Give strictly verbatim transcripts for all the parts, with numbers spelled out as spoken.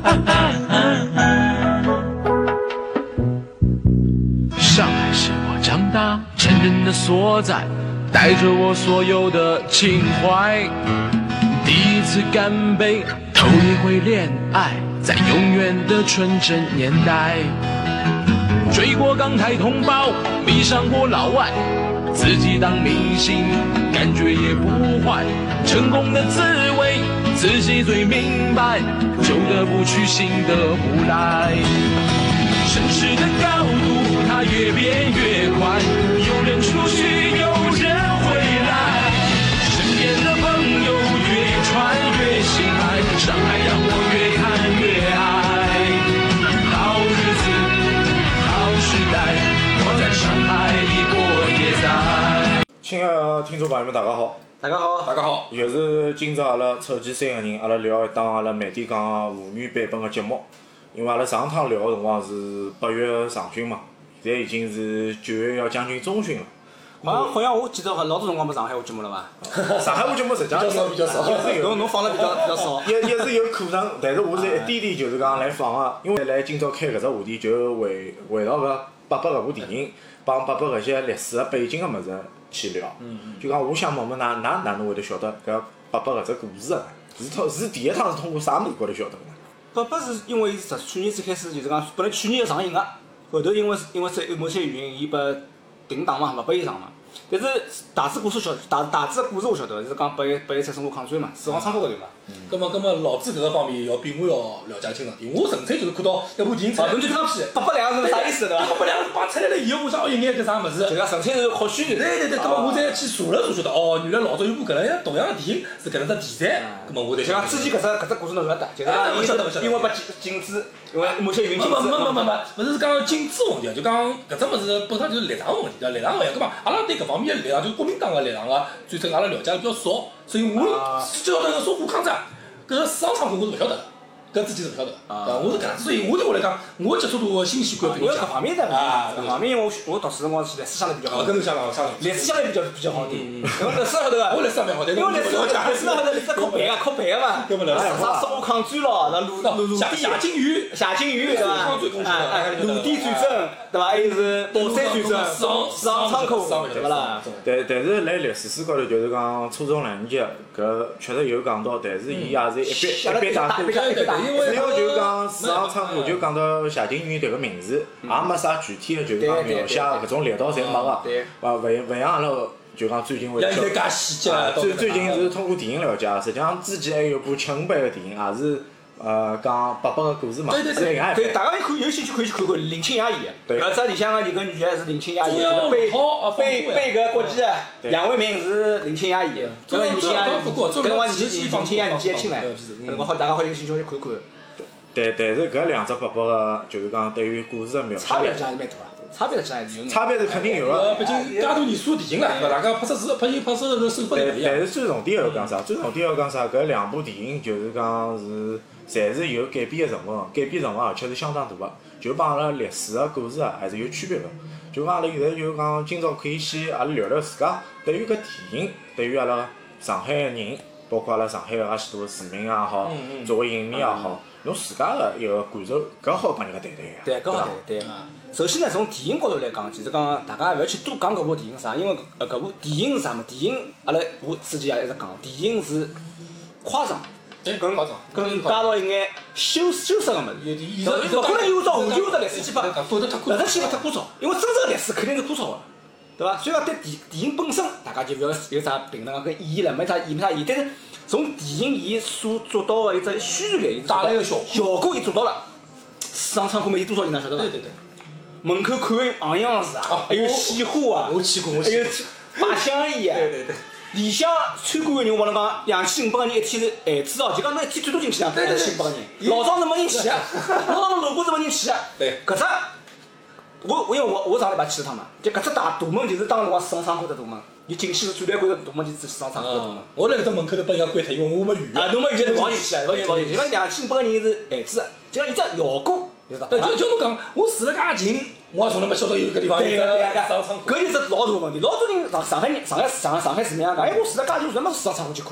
上海是我长大成人的所在，带着我所有的情怀。第一次干杯，头一回恋爱，在永远的纯真年代。追过港台同胞，迷上过老外，自己当明星，感觉也不坏。成功的滋味，自己最明白，旧的不去，新的不来。城市的高度，它越变越快，有人出去，有人回来。身边的朋友越传越心爱，上海让我越看越爱。好日子，好时代，我在上海里过夜在。 亲爱的听众朋友们，大家好。 大家好， 大家好， 又是今朝阿拉凑齐三个人，阿拉聊一档阿拉慢点讲妇女版本的节目。因为阿拉上趟聊个辰光是八月上旬嘛，现在已经是九月要将近中旬了。 好像好像我记得老多辰光没上海话节目了吧？ 上海话节目实际上比较少比较少也是有， 侬侬放了比较比较少。 也也是有可能，但是我是一点点就是讲来放个，因为来今朝开搿只话题就围围绕搿八八搿部电影，帮八八搿些历史个背景个物事去聊。就讲我想问问㑚，㑚哪能会得晓得搿八八搿只故事个？是通是第一趟是通过啥物事高头晓得个呢？ 八八是因为是去年子开始就是讲，本来去年要上映个，后头因为因为是某些原因，伊拨停档嘛，勿拨伊上嘛。但是大致故事晓大大致故事我晓得，是讲八一八一三生活抗战嘛，死亡仓库搿头嘛。 咁么咁么老子搿个方面要比我要了解清爽点。我纯粹就是看到一部电影出来， 侬就讲八八两是啥意思对伐？ 八八两摆出来了以后，我想哦一眼搿啥物事。 就讲纯粹是好虚的。 对对对，咁么我再去查了查晓得，哦，原来老早有部搿能样同样的电影是搿能只题材，咁么我才就讲之前搿只搿只故事侬勿晓得，就是讲因因为拨禁止，因为某些原因禁止。 没没没没没，勿是讲禁止问题，就讲搿只物事本身就是立场问题，对立场问题。咁嘛，阿拉对搿方面的立场，就是国民党个立场个，最终阿拉了解的比较少，所以我只晓得搿淞沪抗战。搿个市场仓库我是勿晓得，搿之前是勿晓得，啊，我是搿样子，所以我对我来讲，我接触到个信息观比因较强。 为搿方面的， 啊， 搿方面我我读书辰光是历史相对比较好， 跟侬相当相当。 历史相对比较比较好点，因为历史晓得个， 我历史蛮好，但是因为历史我历史晓得历史靠背个，靠背个嘛，啥生活抗战咯，那陆陆陆地夏金鱼， 夏金鱼对伐？啊，陆地战争对伐？还有是宝山战争，市场仓库对勿啦？ 但但是辣历史书高头就是讲初中两年级搿确实有讲到，但是伊也是一般一般带过。主要就讲市场仓库就讲到夏金鱼迭个名字，也没啥具体的，就是讲描写搿种力道侪没个，伐？勿勿像阿拉就讲最近会晓得。 最最近是通过电影了解，实际上之前还有部轻版的电影，也是呃讲八八个故事嘛，是另外一对，大家可以有兴趣可以去看看林青霞演的。搿只里向个一个女的是林青霞演的，背背背搿国旗的杨为民是林青霞演的。搿个林青霞，搿辰光年纪林青霞年纪还轻唻，搿辰光好大家好有兴趣去看看。 但但是搿两只八八个就是讲对于故事的描写， 差别实际上是蛮大个，差别实际上还是有。 差别是肯定有个。 毕竟介多年数的电影了，对伐？大家拍摄时拍戏拍摄的手法侪勿一样。 但是最重点要讲啥？最重点要讲啥？搿两部电影就是讲是，侪是有改编的成分，改编成分而且是相当大个，就帮阿拉历史个故事啊还是有区别个。就讲阿拉现在就讲今朝可以先阿拉聊聊自家对于搿电影，对于阿拉上海个人，包括阿拉上海个介许多市民也好，作为影迷也好。侬自家个一个感受，搿好帮人家谈谈个。 对，搿好谈对。首先呢，从电影高头来讲，其实讲大家勿要去多讲搿部电影啥，因为搿搿部电影是啥嘛？电影阿拉我之前也一直讲，电影是夸张， 跟跟跟加入一眼修修饰个物事。勿可能有照完全按照历史去拍， 否则太枯燥。 搿只去勿太枯燥，因为真正个历史肯定是枯燥个，对伐？所以讲对电电影本身，大家就勿要有啥评论跟意义了，没啥意没啥意义。但是从电影伊所做到个一只宣传力， 带来个效果， 效果伊做到了。市场仓库面有多少人哪晓得伐？ 对对对。 门口看行样子啊，还有鲜花啊， 我去过，我还有摆香烟啊。 对对对。 里向参观个人，我跟侬讲，两千五百个人一天是限制哦，就讲侬一天最多进去两两千五百个人。老早是没人去啊，老早侬路过是没人去啊。 对。 搿只，我我因为我我上礼拜去了趟嘛，就搿只大大门就是当辰光市场仓库的大门，伊进去是最来关个大门就是市场仓库的大门。 我辣搿只门口头把人家关脱，因为我没预约。 啊，侬没预约，勿好进去啊，勿好进勿进去。因为两千五百个人是限制的，就讲伊只效果。 对，就就侬讲，我住了介近，我也从来没晓得有搿地方有搿个仓库。 搿就是老大个问题。老多人上上海人、上海上上海市民讲，哎，我住了介近，为什么市场仓库去看看？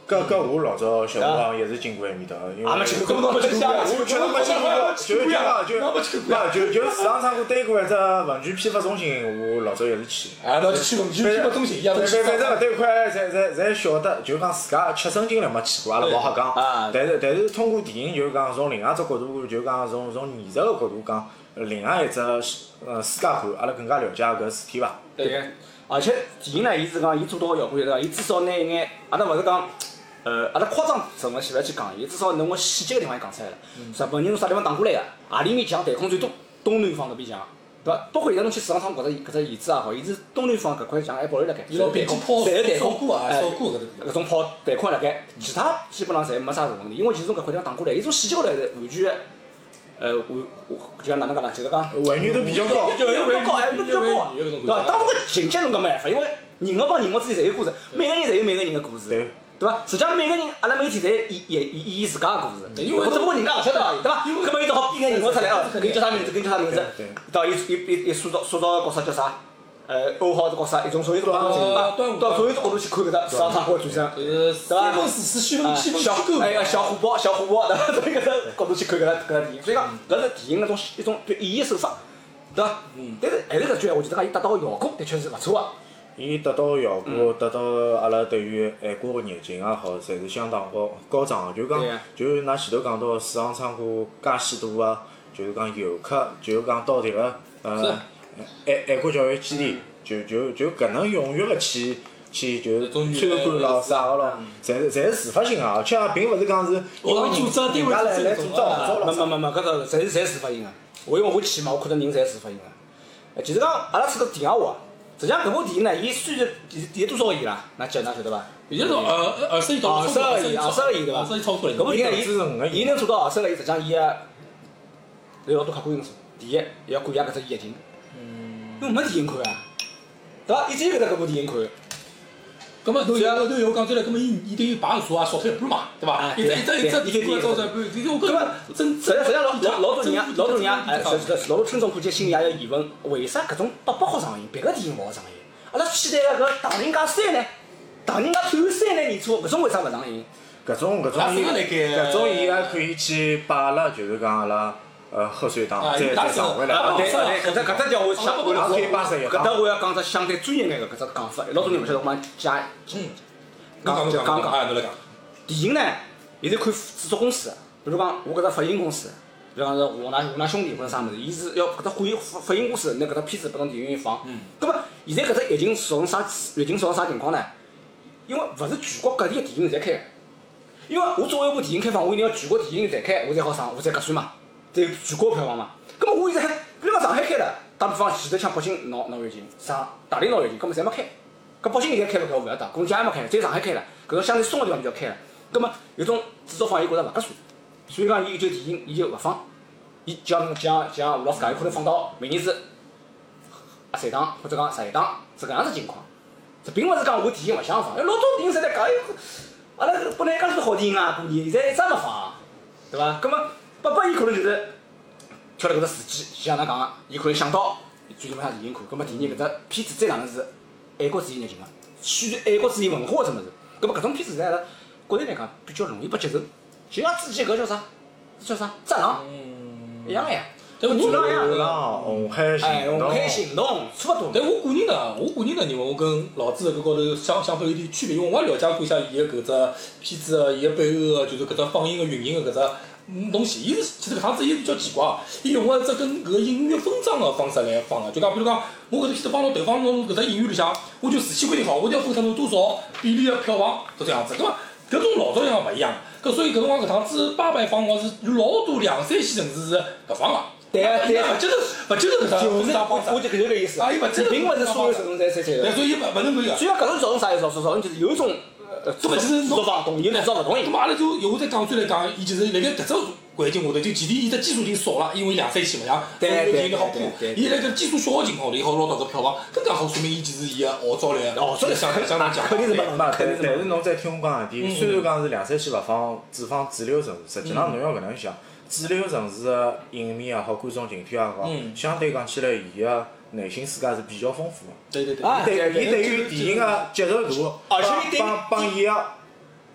搿搿我老早小辰光也是经过埃面搭，因为也没去过，我确实没经过，就就讲就就就市场仓库对过一只文具批发中心，我老早也是去。 啊，那去文具批发中心一样的。 反反正搿对块，侪侪侪晓得，就讲自家切身经历没去过，阿拉勿好讲。但是但是通过电影，就讲从另外一只角度，就讲从从艺术个角度讲，另外一只呃世界观，阿拉更加了解搿事体伐？ 对个，而且电影呢，伊是讲伊做到个效果对伐？伊至少拿一眼，阿拉勿是讲。呃，阿拉夸张成分去勿要去讲，伊至少侬个细节个地方伊讲出来了。日本人从啥地方打过来个？何里面强弹孔最多？东南方搿边强，对伐？包括现在侬去市场仓搿只搿只椅子也好，伊是东南方搿块墙还保留辣盖， 伊老弹孔， 侪有弹孔， 哎， 搿种炮弹孔辣盖，其他基本上侪没啥大问题，因为其实从搿块地方打过来，伊从细节高头是完全，呃，完就像哪能讲啦，就是讲还原度比较高， 就还原度高，还原度比较高，对伐？当然个情节侬搿没办法，因为人物帮人物之间侪有故事，每个人侪有每个人个故事。对伐？实际上每个人，阿拉媒体侪演演演演自家个故事，只不过人家勿晓得而已，对伐？搿么伊只好编个人物出来哦，搿叫啥名字？搿叫啥名字？到伊伊伊伊塑造塑造个角色叫啥？呃，欧豪个角色，一种从一种角度啊，到从一种角度去看搿只市场仓库个转身，对伐？ 分四四西分西分小哎呀，小虎豹，小虎豹，对伐？从搿只角度去看搿只搿只电影，所以讲搿是电影个种一种演绎手法，对伐？嗯。但是还是搿句闲话，我觉得讲伊达到个效果的确是勿错个。 伊得到个效果，得到阿拉对于韩国个热情也好，侪是相当高高涨个。就讲，就㑚前头讲到市场仓库介许多个，就是讲游客，就是讲到迭个呃爱爱国教育基地，就就就搿能踊跃个去去就是参观咯啥个咯，侪是侪是自发性个，而且也并勿是讲是因为人家来来组织号召咯。没没没没，搿个侪是侪自发性个。我因为我去嘛，我看到人侪自发性个。其实讲阿拉出个题外话。实际上，搿部电影呢，伊虽然第第多少个亿啦？㑚记㑚晓得伐？ 现在是二二十亿到二十个亿，二十个亿对伐？ 二十亿超过了。 搿部电影伊伊能做到二十个亿，实际上伊个有老多客观因素。第一，要感谢搿只疫情，因为没电影看啊，对伐？伊只有搿只搿部电影看。 葛末侬现在侬要讲出来，葛末伊伊等于排数啊少脱一半嘛，对伐？一只一只一只电影招出一半，这个我觉着真实际实际老老老多人啊，老多人啊，哎，是是是，老多听众估计心里也有疑问，为啥搿种八八好上映，别个电影勿好上映？阿拉期待个搿《唐人街三》呢，《唐人街探案三》呢，年初搿种为啥勿上映？ 搿种搿种伊搿种伊也可以去摆辣，就是讲阿拉呃贺岁档再再上回来。 对对，搿只搿只叫我相对可以摆十一档。 搿搭我要讲只相对专业眼个搿只讲法，老多人勿晓得，我讲加嗯， 讲讲讲讲，侬来讲。 电影呢，现在看制作公司，比如讲我搿只发行公司。比方说湖南湖南兄弟或者啥物事，伊是要搿只发行发行公司拿搿只片子拨侬电影院放。嗯。葛末现在搿只疫情造成啥疫情造成啥情况呢？因为勿是全国各地个电影院侪开。因为我作为一部电影开放，我一定要全国电影院侪开，我才好上，我才合算嘛，才有全国票房嘛。葛末我现在比如讲上海开了，打比方前头像北京闹闹疫情，上大连闹疫情，葛末侪没开。搿北京现在开勿开我勿晓得，可能家还没开，只有上海开了，搿种相对松个地方比较开了。葛末有种制作方伊觉着勿合算，所以讲伊就电影伊就勿放。伊像像像吴老师讲，有可能放到明年子啊十档或者讲十一档是搿样子情况。这并勿是讲我电影勿想放，老多电影侪在讲，阿拉本来讲是好电影啊，过年现在一只没放，对伐？葛末八八伊可能就是挑了搿只时机，像㑚讲个，伊可能想到最近没啥电影看，葛末第二搿只片子再哪能是爱国主义热情个，宣传爱国主义文化个只物事，葛末搿种片子在阿拉国内来讲比较容易被接受。就像之前搿叫啥？叫啥？战狼。一样个呀， 但我一样个红海行动， 红海行动差勿多。 但我个人呢，我个人呢认为我跟老子搿高头相相对有点区别，因为我也了解过一下伊个搿只片子个伊个背后个就是搿只放映个运营个搿只东西。伊是其实搿趟子伊比较奇怪，伊用个一只跟搿个影院分账个方式来放个，就讲比如讲，我搿只片子帮侬投放侬搿只影院里向，我就事先规定好，我一定要分成侬多少比例个票房，就这样子，对伐？搿种老早样勿一样，搿所以搿辰光搿趟子八百放光是有老多两三线城市是搿放个。 对啊，对啊， 勿接受，勿接受搿只分账方式。 我就搿就搿意思。 啊，伊勿接受， 并勿是所有城市侪侪侪。 对，所以勿勿能搿个。 所以讲搿种造成啥意思？造成就是有一种呃， 这么就是制作方同意，制作勿同意。 咾么阿拉就由我再讲转来讲，伊就是辣盖搿只环境下头，就前提伊只基础已经少了，因为两三线勿像所有电影好铺。伊辣盖基础小个情况下头，伊好捞到搿票房，更加好说明伊其实伊个号召力号召力相相当强。 肯定是勿但但是侬再听我讲一点，虽然讲是两三线勿放，只放主流城市，实际上侬要搿能想。主流城市个影迷也好，观众群体也好，相对讲起来，伊个内心世界是比较丰富个。 对对对。 伊对伊对于电影个接受度，帮帮帮伊个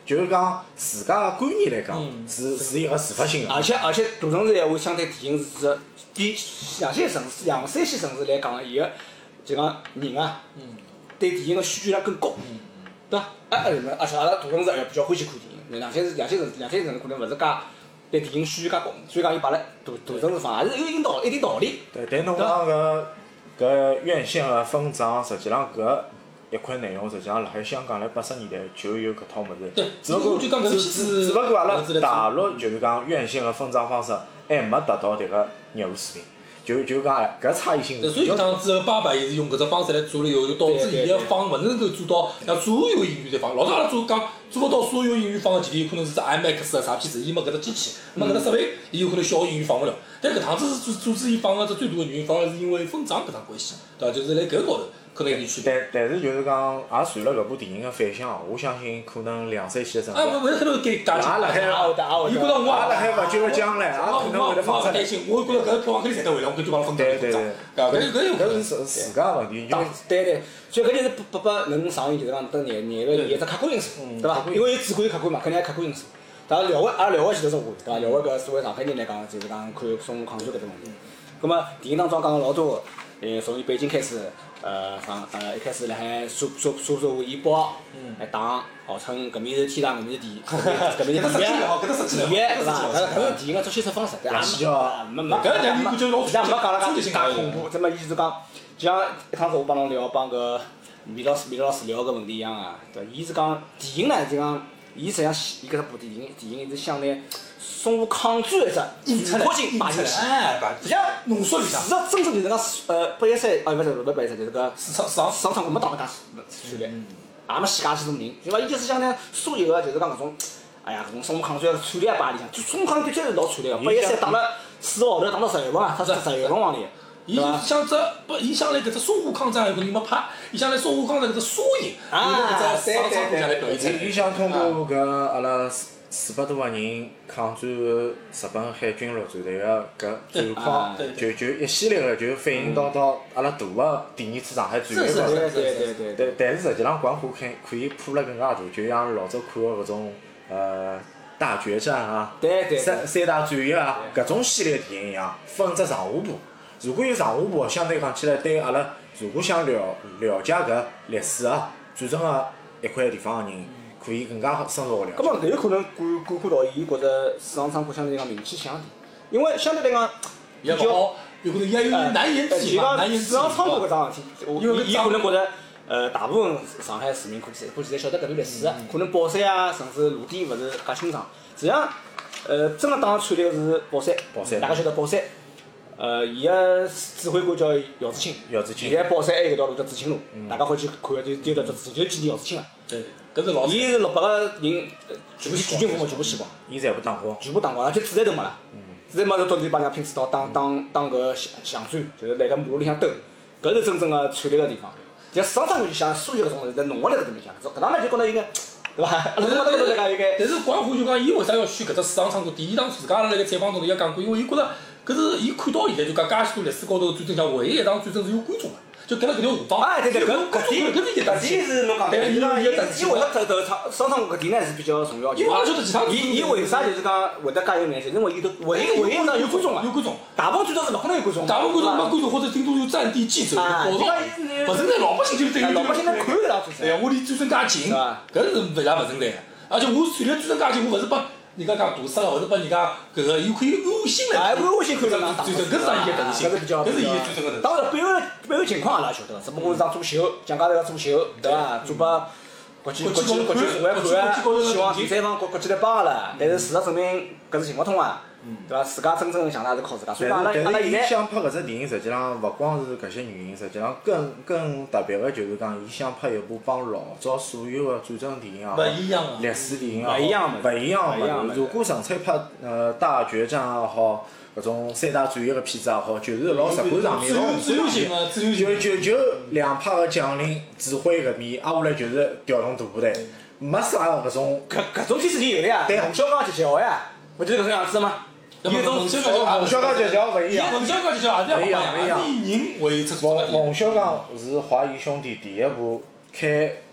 就是讲自家个观念来讲，是是一个自发性个。 而且而且大城市闲话相对电影是比两线城市、两三线城市来讲，伊个就讲人啊，对电影个需求量更高，对伐？啊，而且阿拉大城市也比较欢喜看电影，两线两线城两线城市可能勿是介对电影需求介高，所以讲伊摆辣大大城市放也是有一定道一定道理。 对，但侬讲搿搿院线个分账，实际上搿一块内容，实际上辣海香港辣八十年代就有搿套物事。 对， 只不过就讲搿只片子只不过阿拉大陆就是讲院线个分账方式还没达到迭个业务水平，就就讲搿差异性。 所以搿趟之后，爸爸伊是用搿只方式来做了以后，就导致伊个放勿能够做到让所有影院侪放。老早阿拉做讲做勿到所有影院放个前提，有可能是只 IMAX 个啥片子，伊没搿只机器，没搿只设备，伊有可能小影院放勿了。但搿趟子是阻阻止伊放个只最大个原因，反而是因为分账搿趟关系，对伐？就是辣搿高头可能有点区别。 但但是就是讲，也随了搿部电影个反响，我相信可能两三线个城市， 啊，勿会可能给加也辣海， 伊觉着我也辣海勿久个将来，也可能会得放出来。 担心，我觉着搿票房肯定赚得回来，我肯定就帮侬分对对对， 搿搿搿有可能搿是自自家问题。 对对，所以搿就是不不不能上映，就是讲等廿廿个有一只客观因素，对伐？因为有主观有客观嘛，肯定有客观因素。当然聊回，阿拉聊回去都是话题，对伐？聊回搿作为上海人来讲，就是讲看孙悟空就搿种问题。葛末电影当中讲了老多，呃，从伊北京开始，呃，上呃一开始辣海沙沙沙洲医保，来打，号称搿面是天堂，搿面是地，搿面是地狱，地狱对伐？搿搿是电影个作写手方式，对伐？没没， 搿两年就老现在没讲了介介恐怖，这么意思讲，就像一趟子我帮侬聊帮搿米老师米老师聊个问题一样啊，对，伊是讲电影呢，就讲伊实际上伊搿只部电影电影是向来孙悟空战一只浮夸性把戏， 哎， 实际上浓缩里向， 事实真正就是讲呃八一三，哦勿是勿是八一三，就是搿市场市场市场我没当了介训练，也没死介许多人，对伐？伊就是想呢，所有个就是讲搿种，哎呀搿种孙悟空战惨烈把里向，就孙悟空的确是老惨烈个，八一三打了四个号头，打到十月份啊，他是十月份往里。 伊想只不，伊想来搿只孙悟空战有个人没拍，伊想来孙悟空的搿只缩影，用搿只商场下来表现出来。 伊想通过搿阿拉四四百多个人抗战日本海军陆战队个搿战况，就就一系列个就反映到到阿拉大个第二次上海战役高头。 对对对但但是实际上，管火可可以铺了更加大，就像老早看个搿种呃大决战啊，三三大战役啊，搿种系列电影一样，分只上下部。如果有上下部，相对讲起来，对阿拉如果想了了解搿历史啊、战争个一块地方个人，可以更加深入个了解。 搿么搿有可能感感看到伊觉着市场仓库相对来讲名气响点，因为相对来讲比较好，有可能伊也有难言之隐嘛，难言之隐。 市场仓库搿桩事体，伊伊可能觉着，呃，大部分上海市民估计估计侪晓得搿段历史个，可能宝山啊，甚至陆地勿是介清爽。实际上，呃，真个打出来个是宝山， 宝山， 大家晓得宝山。呃，伊个指挥官叫姚志清， 姚志清。 现在宝山还有一条路叫知青路，大家回去看个就就叫做知青，就是纪念姚志清个。 对，搿是老。 伊是六百个人，全部全军覆没，全部死光。 伊全部打光。 全部打光，而且子弹都没了。子弹没就到底帮人家拼刺刀，打打打搿巷战，就是辣盖马路里向兜，搿是真正个惨烈个地方。就市场上面想所有搿种物事，侪弄勿来搿种里向，搿趟呢就觉着应该，对伐？阿拉搿头来讲应该。 但是管虎就讲，伊为啥要选搿只市场仓库？第一，当自家阿拉辣盖采访中头也讲过，因为伊觉着。搿是伊看到现在就讲介许多历史高头战争上，唯一一场战争是有观众个，就搿辣搿条河道。 哎，对对，搿搿点搿点搿点是侬讲对，伊讲伊伊为了投投厂商场搿点呢是比较重要。 因为阿拉晓得其他。 伊伊为啥就是讲会得介有名气？因为伊都唯一唯一场有观众个。 有观众。 大部分战争是勿可能有观众。 大部分观众没观众，或者顶多有战地记者报道。勿存在老百姓就等于。 老百姓能看搿场战争。 对呀，我离战争介近，搿是勿伊拉勿存在个。而且我传了战争介近，我勿是帮。人家讲屠杀个，或者拨人家搿个有可以安心来。 哎，安心看搿场战争，搿是伊个特性， 搿是比较。 搿是伊个战争个特性。 当然背后背后情况阿拉晓得，只不过是场作秀，蒋介石个作秀，对伐？做拨国际国际国际社会看，希望第三方国国际来帮阿拉。但是事实证明搿是行勿通啊，对伐？自家真正强大是靠自家。所以讲阿拉阿拉现在想拍搿只电影，实际上勿光是搿些原因，实际上更更特别个就是讲，伊想拍一部帮老早所有个战争电影啊、历史电影啊， 勿一样勿一样个物事。如果纯粹拍呃大决战也好，搿种三大战役个片子也好，就是老直观上面，老自由性个，自由性。 就就就两派个将领指挥搿边，挨下来就是调动大部队，没啥搿种。 搿搿种片子就有了呀，冯小刚、结交呀，勿就是搿种样子吗？有种冯小刚结交勿一样， 冯小刚结交也是勿一样，以人为出发。 冯小刚是华谊兄弟第一部开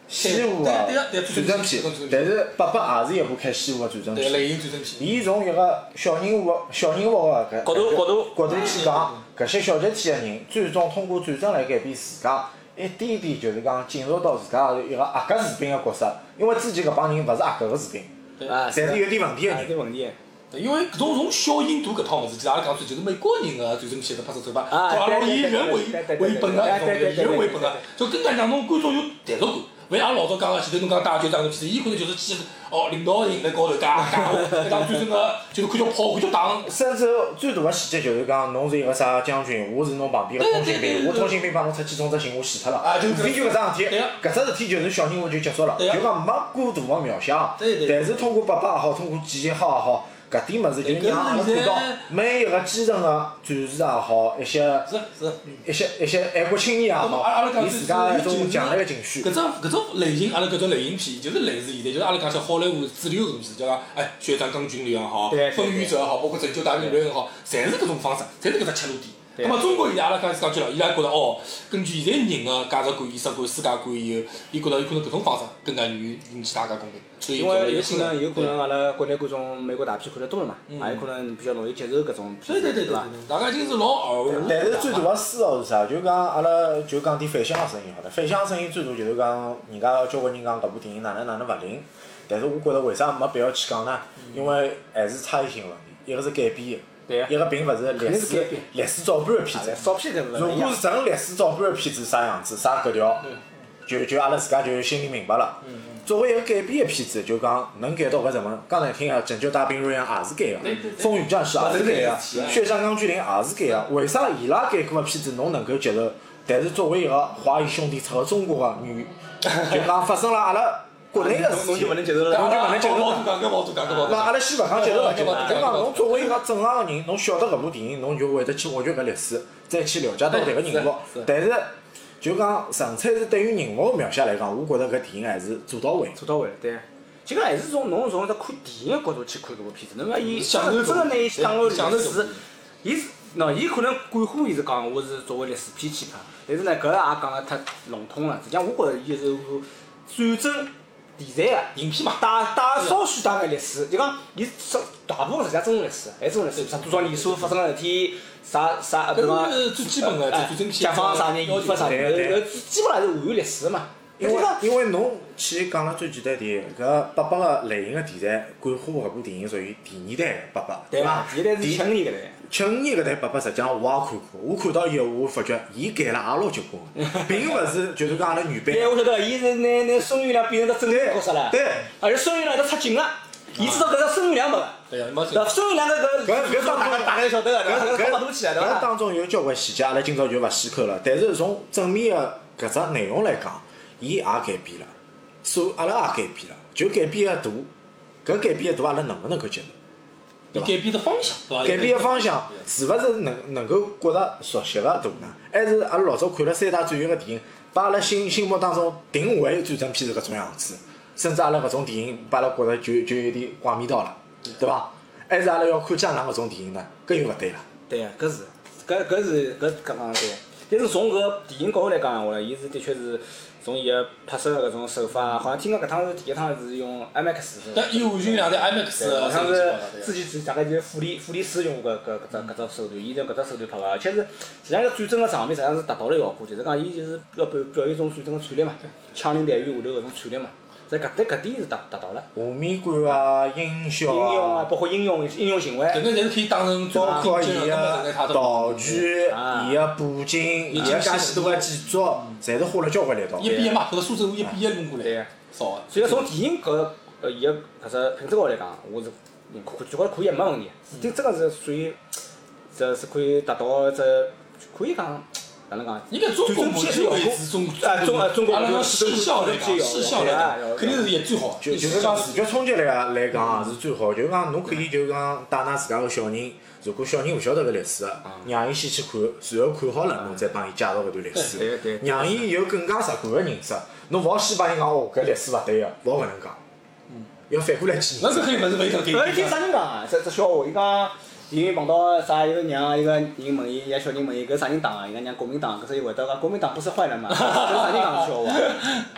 西湖啊，战争片，但是八八也是一部开西湖个战争片。 类型战争片。 伊从一个小人物、小人物个搿角度角度角度去讲，搿些小集体个人最终通过战争来改变自家，一点点就是讲进入到自家一个合格士兵个角色。因为之前搿帮人勿是合格个士兵， 啊， 侪是有点问题个人。 有点问题。 因为搿种从小印度搿套物事，其实阿拉讲出就是美国人个战争片是拍摄手法， 啊， 阿拉以人为为本个，以人为本个，就更加让侬观众有代入感。勿像阿拉老早讲个，前头侬讲打决战个片子，伊可能就是记哦领导人辣高头讲讲话，讲战争个就是看叫炮，看叫打。 甚至最大个细节就是讲，侬是一个啥将军，我是侬旁边个通信兵，我通信兵帮侬出去种只信，我死脱了。 啊，就无非就搿桩事体，搿只事体就是小人物就结束了，就讲没过大个描写。但是通过八八也好，通过记忆好也好。搿点物事就让阿拉看到每一个基层个战士也好，一些是是一些一些爱国青年也好，伊自家一种强烈个情绪。 搿种搿种类型，阿拉搿种类型片，就是类似现在，就是阿拉讲起好莱坞主流搿种片子，叫讲哎血战钢锯岭也好，风雨者也好，包括拯救大兵瑞恩也好，侪是搿种方式，侪是搿只切入点。那么中国现在阿拉开始讲起了，伊拉觉得哦，根据现在人个价值观、意识观、世界观以后，伊觉得有可能搿种方式更加容易引起大家共鸣。所以因为有可能有可能阿拉国内观众美国大片看得多了嘛，也有可能比较容易接受搿种片子， 对对对对，大家已经是老耳濡。 但是最大个思考是啥？就讲阿拉就讲点反响个声音好了。反响声音最大就是讲，人家交关人讲搿部电影哪能哪能勿灵，但是我觉着为啥没必要去讲呢？因为还是差异性问题，一个是改编个，一个并勿是历史历史照搬个片子。如果是纯历史照搬个片子，啥样子啥格调，就就阿拉自家就心里明白了。作为一个改编个片子，就讲能改到搿程度，讲难听个《拯救大兵瑞恩》也是改个，《风雨战士》也是改个，《血战钢锯岭》也是改个。为啥伊拉改过个片子侬能够接受？但是作为一个华谊兄弟出个中国个女，就讲发生了阿拉国内个事体， 侬就勿能接受了， 侬就勿能接受了。讲搿毛多讲搿毛多。 那阿拉先勿讲接受勿接受，就讲侬作为一个正常个人，侬晓得搿部电影，侬就会得去挖掘搿历史，再去了解到迭个人物。但是就讲纯粹是对于人物个描写来讲，我觉着搿电影还是做到位。 做到位，对。就讲还是从侬从一只看电影个角度去看搿部片子，侬讲伊真个拿伊当个历史，伊是喏，伊可能官方伊是讲我是作为历史片去拍，但是呢搿也讲个太笼统了。实际上我觉着伊是战争题材个影片嘛， 带带稍许带眼历史，就讲伊是大部分实际上真实历史，还是真实历史，啥多少年数发生个事体，啥啥搿个最基本个战争片， 解放啥人，依法啥人，搿基本上是还原历史个嘛。 因为因为侬去讲了最简单点，搿八八个类型个题材，感化搿部电影属于第二代八八， 对伐？第一代是七五年搿代。 七五年搿代八八实际上我也看过，我看到以后我发觉伊改了也老结棍，并勿是就是讲阿拉原版。 对，我晓得，伊是拿拿孙元良变成只正面角色了。 对。 而且孙元良都出镜了，伊知道搿个孙元良没个。 对呀，没对。孙元良搿搿搿搿当中大家晓得个，搿搿勿大起来，对伐？ 搿当中有交关细节，阿拉今朝就勿细抠了。但是从正面个搿只内容来讲，伊也改变了，所阿拉也改变了，就改变个大，搿改变个大阿拉能勿能够接受？ 对伐？改变的方向，对伐？ 改变个方向是勿是能能够觉着熟悉个大呢？还是阿拉老早看了三大战役个电影，把阿拉心心目当中定位战争片是搿种样子，甚至阿拉搿种电影把阿拉觉着就就有点挂味道了，对伐？还是阿拉要看江南搿种电影呢？搿又勿对了。 对个，搿是，搿搿是搿搿讲对。但是从搿电影角度来讲闲话呢，伊是的确是从伊个拍摄个搿种手法，好像听讲搿趟是第一趟是用 IMAX。 对，伊完全两台 IMAX。 好像是之前大概就是傅里傅里斯用搿搿搿只搿只手段，伊用搿只手段拍个，而且是实际上个战争个场面实际上是达到了效果，就是讲伊就是要表表现一种战争个战力嘛，枪林弹雨下头搿种战力嘛。在搿搭搿点是达达到了。 画面感啊，音效啊， 音用啊，包括应用应用行为， 搿个侪是可以当成包括伊个道具、伊个布景、伊个介许多个建筑，侪是花了交关力道。 一比一嘛，搿个苏州一比一弄过来。 对。 少个。 所以从电影搿呃伊个搿只品质高头来讲，我是可觉着可以没问题。这真个是属于，这是可以达到这可以讲。哪能讲？ 应该中国目前为止中啊中啊中国阿拉视效来讲，视效来讲，肯定是也最好。 就就是讲视觉冲击来来讲是最好。就是讲侬可以就是讲带㑚自家个小人，如果小人勿晓得搿历史，让伊先去看，随后看好了，侬再帮伊介绍搿段历史，让伊有更加直观个认识。侬勿好先帮伊讲哦，搿历史勿对个，勿好搿能讲。要反过来去。 那是可以，勿是勿一定可以。 搿听啥人讲啊？这这笑话，伊讲。伊碰到啥一个娘，一个人问伊，伊个小人问伊搿啥人打啊？伊讲娘国民党，搿时伊回答讲国民党不是坏人嘛？搿啥人讲笑话？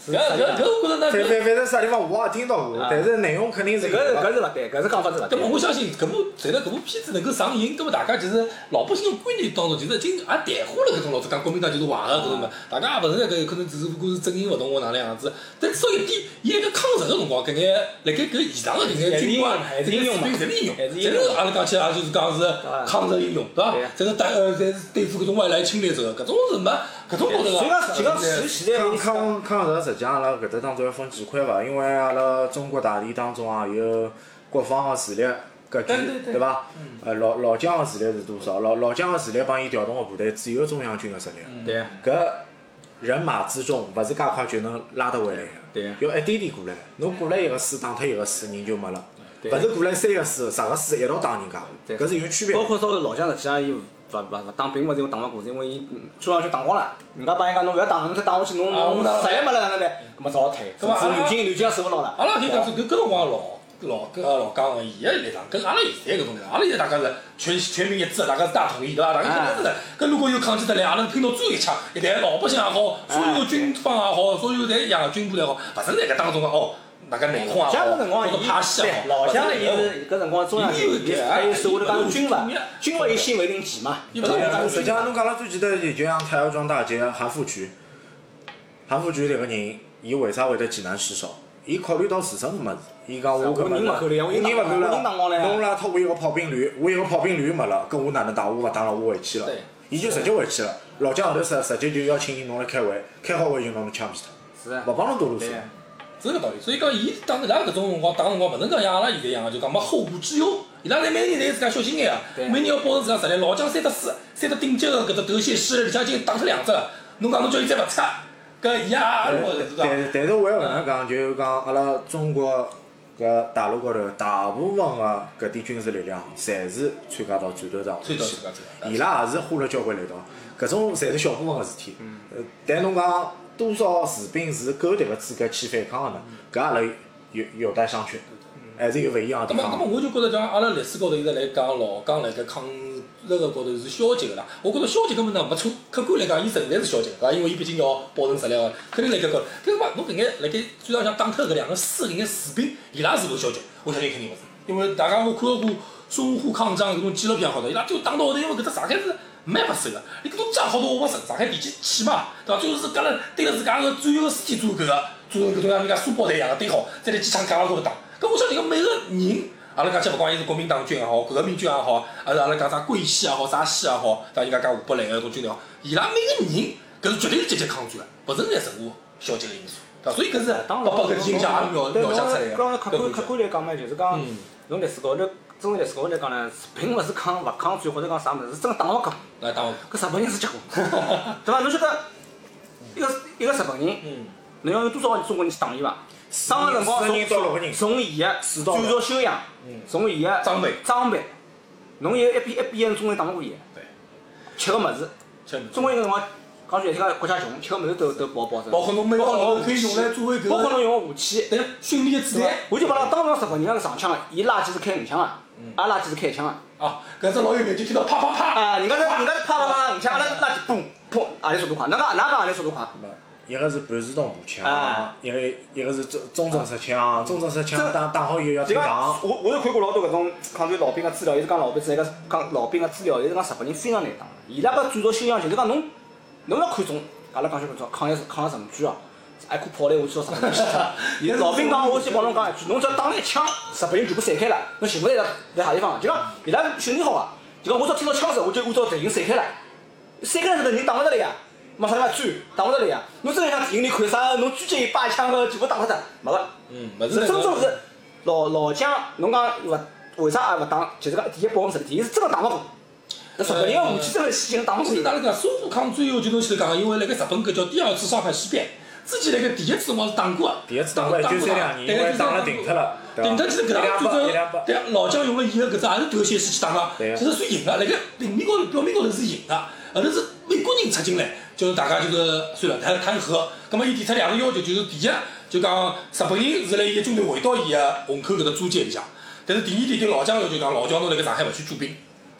搿搿搿我觉着呢， 反反反正啥地方我也听到过，但是内容肯定是搿是搿是勿对，搿是讲法是勿对。 咁么我相信搿部随着搿部片子能够上映，咁么大家其实老百姓的观念当中，其实已经也淡化了搿种老子讲国民党就是坏个搿种嘛，大家也勿是搿有可能只是不过是整营活动或哪能样子。但至少一点，伊辣盖抗日个辰光，搿眼辣盖搿现场个搿眼军官、搿眼士兵侪是英雄，侪是阿拉讲起来就是讲是抗日英雄，对伐？侪是打呃，侪是对付搿种外来侵略者，搿种是没搿种高头个。 所以讲，就讲现现在抗抗日实际上阿拉搿搭当中要分几块伐？因为阿拉中国大地当中啊有国防个实力搿句，对伐？呃老老蒋个实力是多少？老老蒋个实力帮伊调动个部队只有中央军个实力。 对。 搿人马之众，勿是介快就能拉得回来个。 对。 要一点点过来，侬过来一个师打脱一个师，人就没了。勿是过来三个师、十个师一道打人家，搿是有区别。 包括说老蒋实际上伊勿勿勿打，并勿是因为打勿过，是因为伊中央军打光了，人家帮伊讲侬勿要打，侬再打下去侬侬实力没了哪能办？搿么只好退。搿么刘金刘金也受勿牢了。 阿拉就讲说搿搿辰光老老搿老蒋个伊个立场，跟阿拉现在搿种立场，阿拉现在大家是全全民一致，大家是大统一，对伐？大家肯定是的。搿如果有抗击得来，阿拉拼到最后一枪，一旦老百姓也好，所有个军方也好，所有侪一样个军部也好，勿存在搿当中个哦。大家内讧也好，或者派系也好， 老蒋伊是搿辰光中央军，还有所谓的讲军阀，军阀一心为令己嘛。 实际上侬讲了最简单的，就像太阳庄大街韩复榘，韩复榘迭个人，伊为啥会得济南失守？伊考虑到自身个物事，伊讲我搿物事，我人勿够了，侬拉脱我一个炮兵旅，我一个炮兵旅没了，搿我哪能打？我勿打了，我回去了。伊就直接回去了。老蒋后头实直接就邀请伊侬来开会，开好会就拿侬枪毙脱，勿帮侬多啰嗦。 是搿道理，所以讲伊当伊拉搿种辰光打辰光，勿能讲像阿拉现在一样个，就讲没后顾之忧。伊拉侪每个人侪自家小心眼个，每人要保证自家实力。老蒋三只师，三只顶级个搿只德械师，里向已经打脱两只了。侬讲侬叫伊再勿出，搿伊也但但是我要搿能讲，就讲阿拉中国搿大陆高头大部分个搿点军事力量，侪是参加到战斗场去，伊拉也是花了交关力道。搿种侪是小部分个事体。呃，但侬讲。多少士兵是够迭个资格去反抗个呢？搿阿拉有有待商榷，还是有勿一样个地方。 咁么，咁么我就觉着讲，阿拉历史高头一直来讲老蒋辣盖抗日搿个高头是消极个啦。我觉着消极根本呢没错，客观来讲，伊存在是消极，对伐？因为伊毕竟要保存实力个，肯定辣盖高头。但是嘛，侬搿眼辣盖最上想打脱搿两个师搿眼士兵，伊拉是否消极？我相信肯定勿是，因为大家我看到过淞沪抗战搿种纪录片好多，伊拉就打到后头，因为搿只上海是。蛮勿收个，你搿种仗好多我勿成，上海地基起嘛，对伐？最后是干了对着自家个最后个尸体做搿个，做成搿种像人家书包袋一样个堆好，再来机枪架高头打。搿我相信搿每个人，阿拉讲起勿管伊是国民党军也好，革命军也好，还是阿拉讲啥桂系也好，啥系也好，对伐？人家讲湖北来个搿种军队，伊拉每个人搿是绝对是积极抗战个，勿存在任何消极个因素，对伐？所以搿是把把搿形象也描描写出来个。 刚刚客观客观来讲嘛，就是讲从历史高头。中国历史高头来讲呢，并勿是抗勿抗战或者讲啥物事，是真个打勿过。 来打勿过。 搿日本人是结果，对伐？侬晓得一个一个日本人，侬要有多少中国人去打伊伐？打个辰光从从伊个战术修养，从伊个装备装备，侬有一比一比个中国人打勿过伊。 对。 吃个物事，中国人搿辰光讲句难听个国家穷，吃个物事都都保保证。 包括侬每个号可以用来作为搿。 包括侬用个武器， 对，训练个子弹。 我就帮侬当场日本人个上枪，伊垃圾是开五枪个。阿拉垃圾是开一枪啊！ 啊，搿只老有名，就听到啪啪啪。 啊，人家是人家是啪啪啪五枪，阿拉垃圾嘣砰，何里速度快？哪个哪个何里速度快？ 一个是半自动步枪，一个一个是中中正式枪，中正式枪打打好以后要退膛。 我我是看过老多搿种抗战老兵个资料，伊是讲老兵是一个讲老兵个资料，伊是讲日本人非常难打。伊拉个战术修养就是讲侬侬要看中，阿拉讲句搿种抗日抗日神剧哦。一颗炮弹下去到日本人死脱。老兵讲，我先帮侬讲一句，侬只要打了一枪，日本人全部散开了，侬寻勿着在啥地方。就讲伊拉训练好个，就讲我只要听到枪声，我就按照队形散开了。散开了之后人打勿着了呀，往啥地方钻，打勿着了呀。侬真像电影里看啥，侬狙击一把枪个全部打勿着，没个。 嗯，勿是。 真正是老老蒋，侬讲勿为啥也勿打？就是讲第一保护实力，第一是真个打勿过。日本人个武器真个细，真打勿过。 是哪能讲？淞沪抗战后就侬前头讲，因为辣盖日本搿叫第二次上海事变。之前辣盖第一次辰光是打过个， 第一次打过一九三两年，因为打了停脱了， 停脱其实搿场战争，对老蒋用了伊个搿只也是德械师去打个，其实算赢个，辣盖平面高头、表面高头是赢个，后头是美国人插进来，就是大家就是算了谈谈和，葛末伊提出两个要求，就是第一就讲日本人是辣伊个军队回到伊个虹口搿只租界里向，但是第二点对老蒋要求讲老蒋侬辣盖上海勿许驻兵。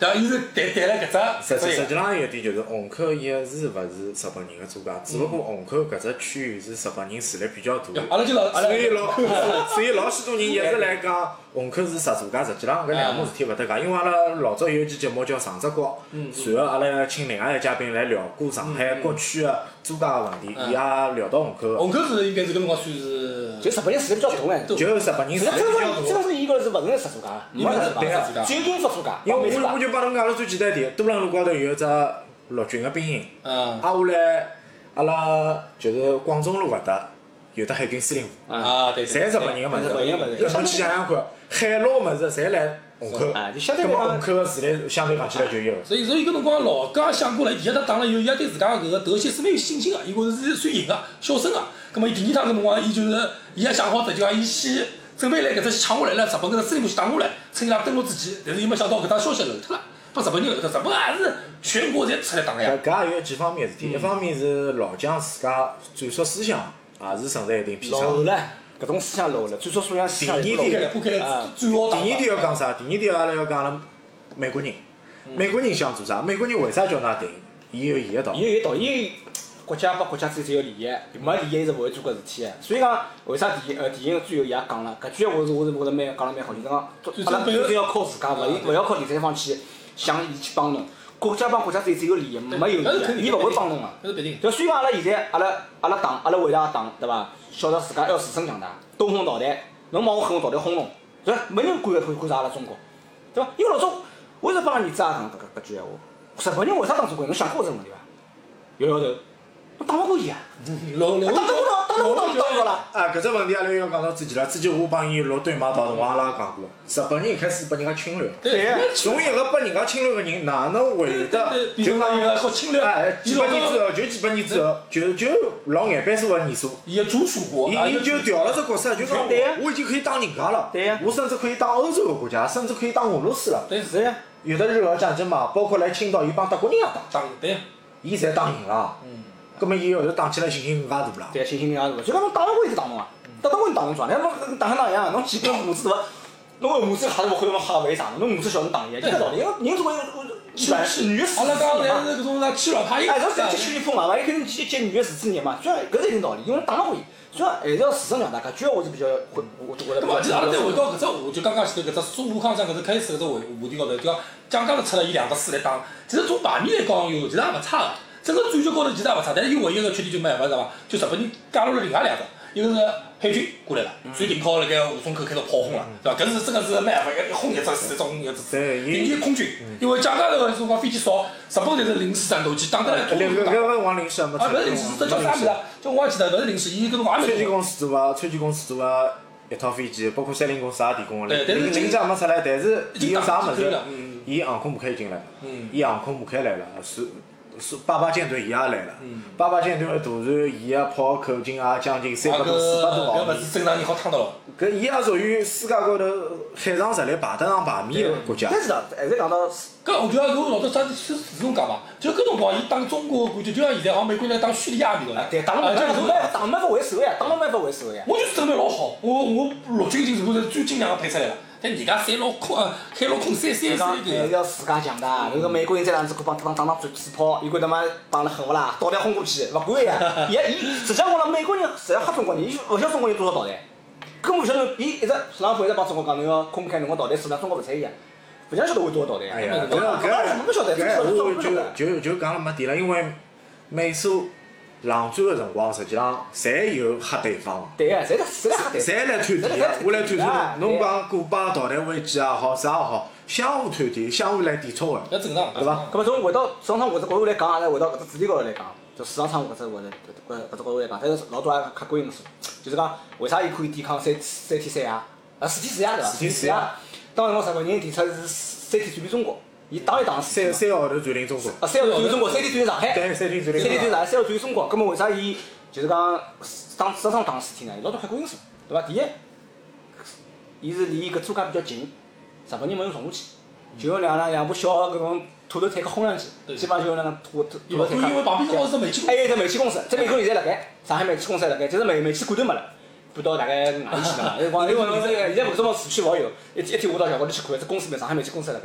对伐？伊是谈谈了搿只。 实实际上有一点就是虹口伊个是勿是日本人个租界，只不过虹口搿只区域是日本人住了比较大。 阿拉就老， 所以老，所以老许多人一直来讲虹口是日租界，实际上搿两码事体勿搭界。因为阿拉老早有一期节目叫《上只角》，随后阿拉请另外一个嘉宾来聊过上海各区个租界个问题，伊也聊到虹口。 虹口是应该是搿辰光算是。 就日本人住得比较多哎。 就日本人住得比较多。 这个是伊个是勿承认日租界，没日租界，只有英法租界。 因为我我就帮侬讲了最简单一点，多伦路高头有一只陆军个兵营， 嗯， 挨下来阿拉就是广中路搿搭有得海军司令部， 啊对， 侪日本人个物事，搿侬去想想看，海陆物事侪来虹口， 啊，就相对搿么来讲， 虹口个住来相对讲起来就有。 所以所以搿辰光老刚想过来，第一趟打了以后，伊也对自家搿个德系是蛮有信心个，伊觉着是算赢个，小胜个。葛末伊第二趟搿辰光，伊就是伊也想好的，就讲伊先准备来搿只抢下来了，日本搿只司令部先打下来，趁伊拉登陆之前，但是伊没想到搿趟消息漏脱了。把日本人后头，日本也是全国侪出来打个呀。 搿也有几方面事体，一方面是老蒋自家战术思想也是存在一定偏差。 漏了，搿种思想漏了，战术思想思想第二点， 铺开了最好打。 第二点要讲啥？第二点阿拉要讲了美国人，美国人想做啥？美国人为啥叫㑚停？伊有伊个道理。 伊有伊道理，伊国家帮国家之间有利益，没利益是勿会做搿事体个。所以讲，为啥电呃电影最后伊也讲了，搿句闲话是我是觉着蛮讲了蛮好，就是讲，阿拉最终要靠自家，勿勿要靠第三方去想伊去帮侬。国家帮国家之间只有利益，没有利益，伊勿会帮侬个。 搿是必定。 对，虽然阿拉现在阿拉阿拉党阿拉伟大个党，对伐？晓得自家要自身强大，东风导弹，侬帮我狠，我导弹轰侬，对伐？没人管管管啥阿拉中国，对伐？因为老早我一直帮儿子也讲搿搿句闲话，日本人为啥当中国人？侬想过搿个问题伐？摇摇头，侬打勿过伊啊！ 老老打得过侬，打得过侬，打过啦。 啊，搿只问题阿拉要讲到之前了。之前我帮伊录对马岛，我阿拉讲过，日本人一开始拨人家侵略， 对个。 从一个拨人家侵略个人，哪能会得就讲伊个好侵略？ 哎，几百年之后，就几百年之后，就就老眼板数个年数， 伊个主属国， 伊伊就调了只角色，就讲我已经可以当人家了， 对呀， 我甚至可以当欧洲个国家，甚至可以当俄罗斯了。 对， 是呀。 有的日俄战争嘛，包括来青岛，伊帮德国人也打， 打对， 伊侪打赢了。嗯。葛末伊后头打起来信心更加大了。 对，信心更加大。就讲侬打勿过伊是打侬啊，打得过伊打侬爽，那侬打相打一样，侬几根母子对伐？侬个母子吓得勿会侬吓为啥侬？侬母子晓得侬打伊，就搿道理。因为人总归是女个事。 阿拉讲侪是搿种啥欺软怕硬。 哎，侬再去去风嘛，万一肯定去接女个事体人嘛，虽然搿是一定道理，因为打勿过伊，虽然还是要自身强大，搿句话是比较会，我觉着。 搿么，其实阿拉再回到搿只话，就刚刚前头搿只孙悟空讲搿只开始搿只话话题高头，就讲蒋介石出了伊两只师来打，其实从牌面来讲哟，其实也勿差个。整个战局高头其实也勿差，但是伊唯一个缺点就没办法是伐？就日本人加入了另外两个，一个是海军过来了，最近靠辣盖吴淞口开始炮轰了，对伐？搿是真个是没办法，一轰一只是种一只。并且空军，因为蒋介石个辰光飞机少，日本侪是零式战斗机，打得来。 搿搿搿往零式没。 啊，勿是零式，这叫啥物事啊？就我还记得，勿是零式，伊搿辰光也没。 川崎公司做个，川崎公司做个一套飞机，包括三菱公司也提供个。 对，但是零战没出来，但是伊有啥物事？ 嗯。 伊航空母舰已经来了。 嗯。 伊航空母舰来了，是。是八八舰队伊也来了，八八舰队个大船，伊个炮口径也将近三百多、四百多毫米。 搿勿是正常人好趟到了。 搿伊也属于世界高头海上实力排得上排面个国家。 但是呢，还是讲到。 搿我觉着侬老早啥是是侬讲嘛？就搿辰光伊打中国感觉就像现在好像美国人打叙利亚味道。 对，打了没办法，打没办法为首呀，打了没办法为首呀。 我就是准备老好，我我陆军已经全部是最精良个配出来了。但人家三老空呃，海陆空三三三个。还是要自家强大。那个美国人这样子可帮帮打打水炮，伊觉得嘛帮了狠勿啦？导弹轰过去，勿管呀。伊伊实际上我讲美国人实在吓中国人，伊勿晓得中国有多少导弹，根本勿晓得。伊一直特朗普一直帮中国讲，侬要空开侬个导弹数量，中国勿睬伊呀。勿想晓得会多少导弹。 哎呀，搿搿勿晓得， 搿我就就就讲了没底了，因为美苏冷战个辰光，实际上侪有吓对方。 对个，侪侪来吓对。 侪来探底，我来探探侬。侬讲古巴导弹危机也好，啥也好，相互探底，相互来抵触个。 搿正常， 对伐？ 搿么从回到市场搿只角度来讲，阿拉回到搿只主题高头来讲，就市场仓搿只搿只搿搿只角度来讲，但是老早也客观因素，就是讲为啥伊可以抵抗三三天三夜？啊，四天四夜对伐？ 四天四夜。 当辰光日本人提出是三天占领中国，伊打一打三三个号头占领中国。 啊，三个号头占领中国，三天占领上海。 对，三天占领。 三天占领上海，三个占领中国。葛末为啥伊就是讲打市场打四天呢？有老多客观因素，对伐？第一，伊是离搿租界比较近，日本人没有冲下去，就用两辆两部小个搿种土头坦克轰上去，基本上就用那个土土土头坦克。 因为旁边正好是煤气公司。 还有一只煤气公司，这煤气公司现在辣盖，上海煤气公司还辣盖，就是煤煤气管都没了。搬到大概外地去了嘛，因为因为现在搿种市区勿好有，一一天下到桥高头去看，这公司煤上海煤气公司辣盖，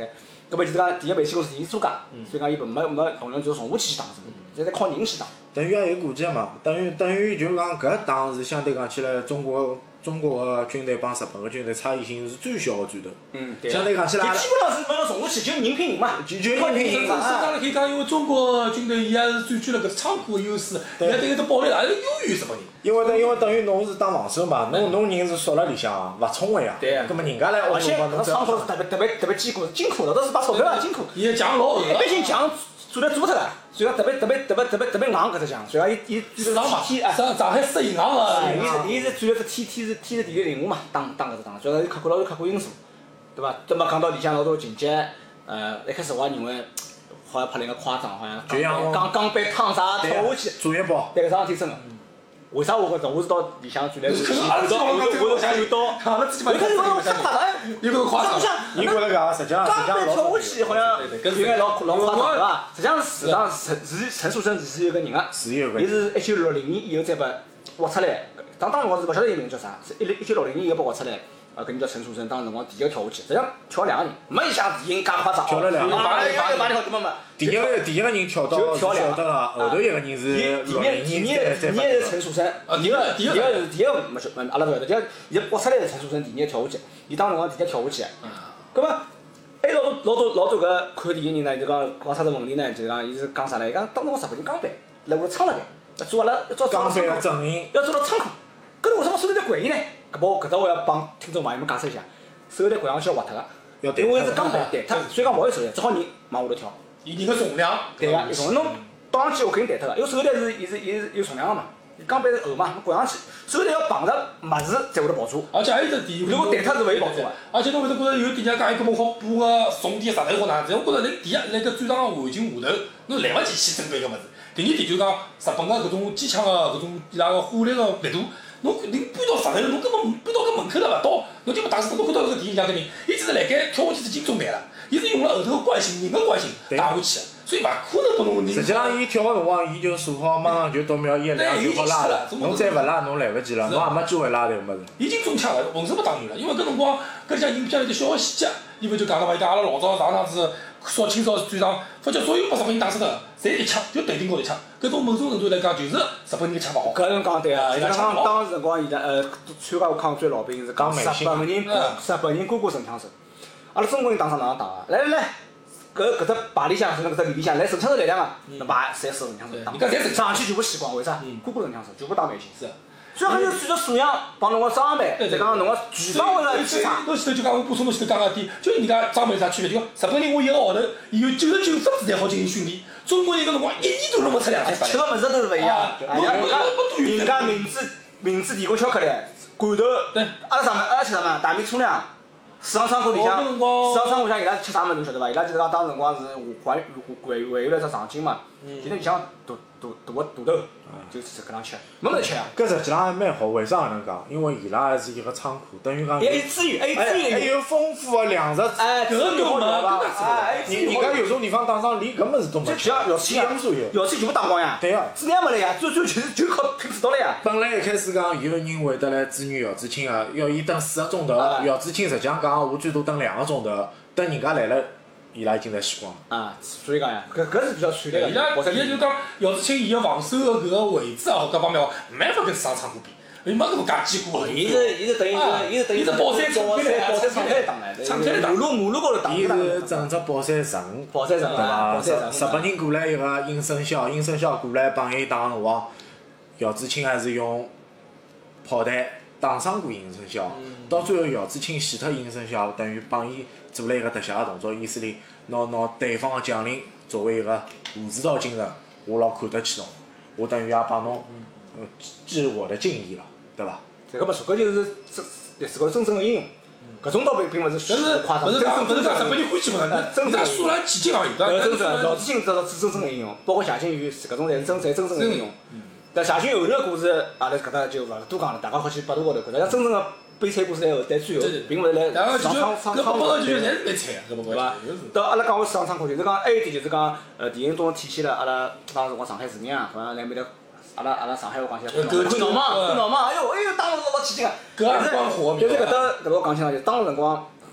搿么就是讲第一煤气公司第一租界，所以讲伊没没动用就是从武器去打什么，现在靠人去打。 等于也有估计嘛，等于等于就是讲搿打是相对讲起来，中国中国个军队帮日本个军队差异性是最小个战斗。 嗯，对。 相对讲起来， 基本上是没有重武器，就人拼人嘛， 就就人拼人嘛。甚至讲了可以讲，因为中国军队伊也是占据了搿仓库个优势，伊也对搿只堡垒也是优于日本人。 因为等因为等于侬是打防守嘛，侬侬人是缩辣里向勿冲个呀。 对啊。 葛末人家来， 而且搿仓库是特别特别特别坚固，金库，都是把钞票啊金库。 伊墙老厚。 一般性墙做来做勿脱个，所以讲特别特别特别特别特别硬搿只墙，所以讲伊伊市场嘛， 天上上海设银行个。 伊是伊是占了只天天是天时地利人和嘛，打打搿只仗，所以讲有客观老有客观因素，对伐？那么讲到里向老多情节，呃，一开始我也认为好像拍了一个夸张，好像钢钢板烫啥跳下去， 作业包， 但搿桩事体真个。为啥我搿种？我是到里向转来， 可能阿拉到我想有到， 阿拉自己嘛， 有可能我看法上有搿夸张。 你觉着搿实际上实际上钢板跳下去好像有眼老老夸张，对伐？实际上事实上陈是陈树生是有个人个， 是有个。 伊是一九六零年以后再被挖出来，当当辰光是勿晓得伊名叫啥，是一一九六零年以后被挖出来。啊，搿人叫陈树生，当时辰光第一个跳下去，实际上跳两个人，没像电影介夸张。 跳了两个。 啊，一个把你跳根本没。 第一个第一个人跳到就跳两个，后头一个人是六零年再再第二是陈树生，第二第二是第二没晓，阿拉勿晓得，第二伊挖出来是陈树生第二跳下去，伊当辰光第一跳下去。葛末还有老多老多老多搿看电影人呢，就讲讲啥子问题呢？就是讲伊是讲啥呢？伊讲当辰光日本人钢板辣屋里藏辣盖，要做阿拉要做钢板个证明， 要做到仓库。搿侬为啥手榴弹掼伊呢？搿么搿搭我要帮听众朋友们解释一下。手榴弹掼上去要滑脱个，因为是钢板弹脱，所以讲勿会手榴，只好人往下头跳。 伊人个重量。 对个，重侬倒上去我肯定弹脱个，因为手榴弹是伊是伊是有重量个嘛，钢板是厚嘛，侬掼上去，手榴弹要碰着物事才会得爆炸。 而且还有一只点， 如果弹脱是勿会爆炸个。 而且侬会得觉着有点人讲伊搿么好补个重点石头或哪样子，我觉着辣第一辣搿战场个环境下头，侬来勿及去针对搿物事。第二点就是讲日本个搿种机枪个搿种伊拉个火力个力度。侬人搬到石头，侬根本搬到搿门口了勿到，侬就没打死。侬看到搿个电影里向搿人，伊只是辣盖跳下去是轻松弹了，伊是用了后头个惯性、人个惯性打下去个，所以勿可能拨侬人。 实际上，伊跳个辰光，伊就数好，马上就到秒一两就好拉了。侬再勿拉，侬来勿及了，侬也没机会拉迭个物事。 已经中枪了，浑身没打软了，因为搿辰光搿里向影片里头小个细节，伊勿就讲了嘛？伊讲阿拉老早上趟子烧清朝战场，发觉所有被日本人打死脱个，侪一枪就头顶高头一枪。搿种某种程度来讲，就是日本人个枪勿好。 搿侬讲对啊，伊拉讲当时辰光，伊拉呃参加过抗战老兵是讲日本人日本人个个神枪手，阿拉中国人打仗哪能打啊？来来来，搿搿只排里向，甚至搿只里里向来神枪手来两个，那排侪是神枪手打。 人家侪神上去全部死光，为啥？个个神枪手，全部打美型。 是。 所以还有技术素养帮侬个装备，再讲侬个全方位个检查。 侬前头就讲我补充侬前头讲个点，就人家装备有啥区别？就讲日本人我一个号头，伊有九十九只子弹好进行训练，中国人搿辰光一年都弄勿出两只。 吃个物事都是勿一样。人家人家明知明知提供巧克力、罐头，阿拉上阿拉吃啥嘛？大米粗粮。市场仓库里向，市场仓库里向伊拉吃啥物事侬晓得伐？伊拉就是讲当时辰光是还还还原了只场景嘛，现在里向大大大个大豆，就是搿样吃，没物事吃啊。 搿实际上还蛮好，为啥搿能讲？因为伊拉还是一个仓库，等于讲。 还有资源，还有资源， 还有丰富个粮食。 哎，搿个有嘛？哎， 人人家有种地方打仗连搿物事都没吃， 要钱无所有， 要钱全部打光呀。 对个。 质量没了呀，最最就是就靠拼制造了呀。 本来一开始讲有人会得来支援姚志清个，要伊等四个钟头，姚志清实际上讲我最多等两个钟头，等人家来了，伊拉已经侪死光了。 啊，所以讲呀，搿搿是比较惨烈个。 伊拉伊拉就讲姚志清伊个防守个搿个位置啊，各方面哦，没办法跟市场仓库比。伊没搿种介坚固个。 伊是伊是等于是伊是等于是宝山宝山宝山敞开来打来， 敞开来打。 马路马路高头打。 伊是整只宝山城， 宝山城对伐？ 宝山城。 日本人过来一个殷生肖，殷生肖过来帮伊打个辰光，姚志清还是用炮弹打伤过殷生肖。到最后姚志清死脱殷生肖，等于帮伊做了一个特写个动作，意思里拿拿对方个将领作为一个武指导精神，我老看得起侬，我等于也帮侬致我的敬意了，对伐？ 这个没错，搿就是真历史高头真正个英雄。搿种倒并并勿是夸张， 勿是讲勿是讲日本人欢喜勿能，人家苏兰几斤而已。 搿真正姚志清这是真正个英雄，包括谢晋宇，搿种侪是真侪真正个英雄。但谢晋宇后头个故事，阿拉搿搭就勿多讲了，大家好去百度高头看。但真正个悲惨故事在后，在最后，并勿是来市场仓仓仓库里。对伐？到阿拉讲回市场仓库，就是讲还有一点就是讲，呃，电影中体现了阿拉当时辰光上海市民啊，好像来面搭。阿拉阿拉上海话讲起来，看闹嘛，看闹嘛，哎哟哎哟，当时老老起劲个。 搿也是光火。 就是搿搭搿搭讲起来，就当时辰光，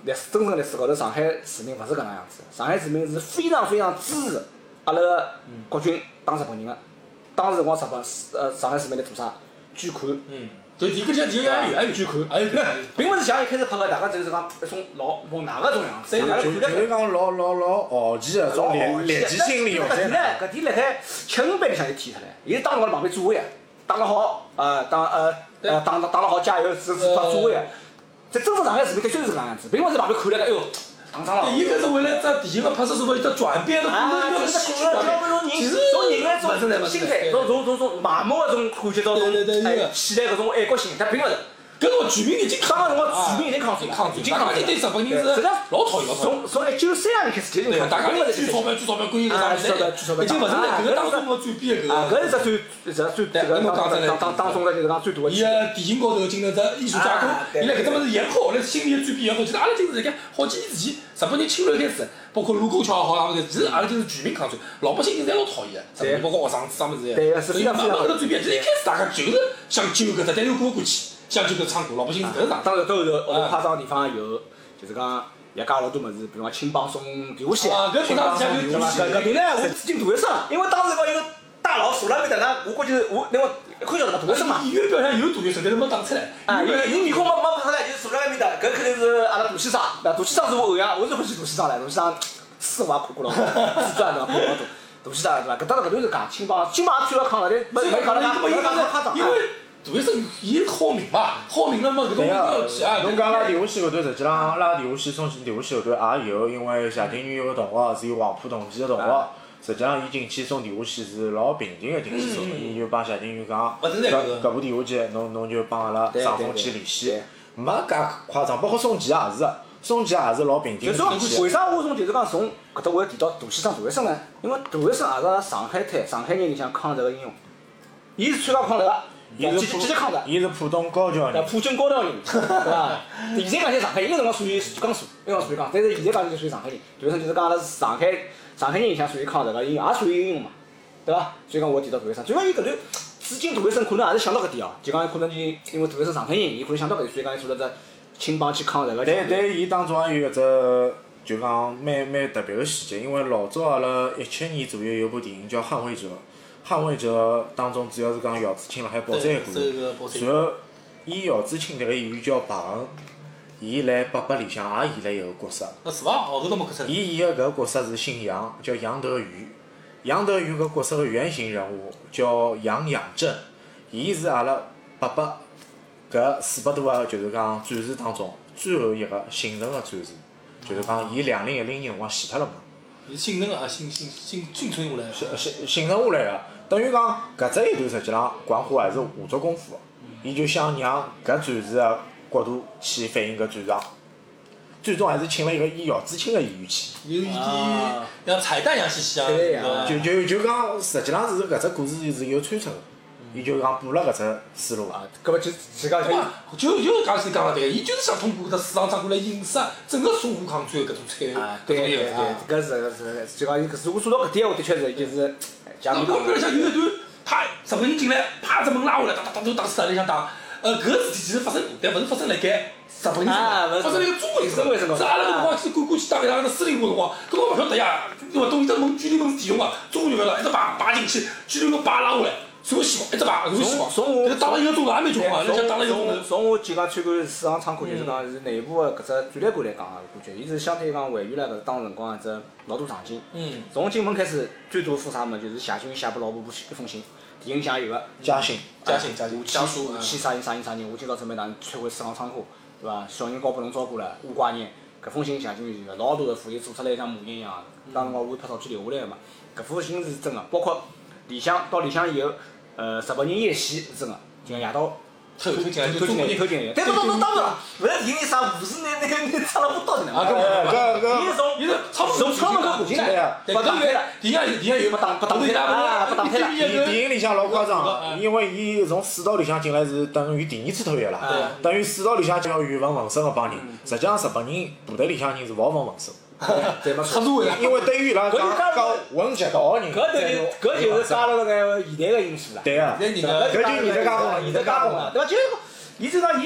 历史真正历史高头，上海市民勿是搿能样子。上海市民是非常非常支持阿拉个国军打日本人个。当时辰光日本呃上海市民来做啥？捐款。 嗯。就第一个讲第一个还有还有捐款， 还有并勿是像一开始拍个，大家就是讲一种老蒙哪个种样子。 就就是讲老老老傲气个种猎猎奇心理哦。 搿点呢，搿点辣海青年班里向就体现出来。伊是当辰光旁边做位，打了好，呃，打呃呃打打了好加油是是做位。在真正上海市民的确是搿能样子，并勿是旁边看了个，哎哟，打仗了。 伊搿是为了只电影个拍摄手法，有转变的， 啊，就是从人从人个种心态，从从从从盲目个种感觉到种哎期待搿种爱国心，但并勿是。 搿辰光全民已经当个辰光全民已经抗战了，已经抗战了。 对日本人是老讨厌个。 从从一九三二年开始就已经抗战， 大家捐钞票捐钞票，关于搿啥物事，已经勿是在搿个当中个转变搿个。 啊，搿是只最是最这个当当当当中个就是讲最大个。 伊个电影高头进了只艺术架构，伊拉搿只物事演好，来心理个转变也好，其实阿拉就是辣盖好几年之前，日本人侵略开始，包括卢沟桥也好啥物事，其实阿拉就是全民抗战，老百姓侪老讨厌个，包括学生子啥物事，所以慢慢搿个转变，其实一开始大家就是想救搿只单流过过去。像就搿仓库，老百姓是搿是当然都有后头夸张个地方有，就是讲也加老多物事，比如讲青帮送地下线，青帮送地下线，搿边呢我资金大学生，因为当时讲有个大佬坐辣面搭，那我估计我那个看晓得嘛，大学生嘛。 演员表现有大学生，但是没打出来。 啊，伊伊面孔没没拍出来，就是坐辣埃面搭，搿肯定是阿拉大先生，对伐？大先生是我偶像，我是欢喜大先生唻，大先生书我也看过老多，自传对伐？看老多。大先生对伐？搿搭搿段是讲青帮，青帮最要抗了，但没没讲了，没讲了夸张。 因为大学生伊好命嘛，好命了嘛，搿种要去啊。 侬讲拉地下线搿段，实际上拉地下线送进地下线搿段也有，因为谢霆锋有个同学是有黄埔同期个同学，实际上伊进去送地下线是老平静个进去送，伊就帮谢霆锋讲，搿搿部地下线侬侬就帮阿拉上峰去联系，没介夸张，包括送钱也是个，送钱也是老平静个进去。 为啥我从就是讲从搿搭我要提到大先生大学生呢？因为大学生也是上海滩上海人里向抗日个英雄，伊是参加抗日个。 伊是积极抗日， 伊是浦东高校人， 浦军高校人，对伐？现在讲起上海，伊个辰光属于江苏，那辰光属于江苏，但是现在讲就属于上海人。大学生就是讲阿拉是上海上海人里向属于抗日个英雄，也属于英雄嘛，对伐？所以讲我提到大学生，就讲伊搿段资金大学生可能也是想到搿点哦，就讲可能就因为大学生上海人，伊可能想到搿点，所以讲伊做了只青帮去抗日个。 但但伊当中也有一只就讲蛮蛮特别个细节，因为老早阿拉一七年左右有部电影叫《捍卫者》。捍卫者当中主要是讲姚志清辣海保灾过，然后伊姚志清迭个演员叫白恒，伊来八八里向也演了一个角色。 那是伐？哦，搿都没看出来。 伊演个搿个角色是姓杨，叫杨德宇。杨德宇搿角色个原型人物叫杨养正，伊是阿拉八八搿四百多个就是讲战士当中最后一个幸存个战士，就是讲伊两零一零年辰光死脱了嘛。 伊幸存个啊，幸幸幸幸存下来。 幸幸幸存下来个。等于讲，搿只一段实际上管虎还是下足功夫个，伊就想让搿战士个角度去反映搿战场，最终还是请了一个演姚志清个演员去。 有一点像彩蛋一样，嘻嘻啊。 就就就讲，实际上是搿只故事是有穿插个，伊就讲补了搿只思路。 啊，搿么就就讲就就讲是讲了对个，伊就是想通过搿市场转过来映射整个淞沪抗战搿种彩搿种样子。 搿是搿是，就讲伊如果做到搿点，我的确是就是。 那光边里向有一段，啪，日本人进来，啪，只门拉下来，打打打都打死了，里向打。呃，搿个事体其实发生，但勿是发生辣盖日本人身上，发生辣盖中国人身上。是阿拉搿辰光去赶过去打伊拉个司令部辰光，搿辰光勿晓得呀，因为懂伊只门距离门是电用个，中国人勿晓得，一只排排进去，距离门排拉下来，所有希望，一只排，所有希望。 从我打了一个钟头也蛮结棍啊，人家打了一个钟头。 从我就讲参观市场仓库，就是讲是内部个搿只展览馆来讲啊，我觉伊是相对讲还原了搿当时辰光一只老大场景。 嗯。从进门开始，最大付啥物事就是谢霆锋写拨老婆婆一封信，电影里向有个家信， 家信，家信，家书， 武器啥人啥人啥人，我今朝准备哪能摧毁市场仓库，对伐？小人搞不能照顾了，无挂念。搿封信谢霆锋有个老大个副，伊做出来像模型一样。当辰光我拍照片留下来个嘛，搿封信是真个，包括里向到里向以后，呃，日本人夜袭是真个，就像夜到。 偷偷进来， 偷进来，偷进来。但侬侬当然了，勿是电影啥护士拿那个拿插了把刀的呢。 啊，搿搿搿， 伊是从伊是从窗门口爬进来， 不打开了，电影电影有不打不打开了啊，不打开了。 电电影里向老夸张，因为伊从水道里向进来是等于第二次偷袭啦，等于水道里向就要语文纹身个帮人，实际上日本人部队里向人是勿纹纹身。 对嘛？ 因为对于伊拉讲讲混血道个人， 搿就是搿就是加了那个现代个因素啦。 对个，搿就现代加工了， 现代加工了，对伐？就是伊就讲伊当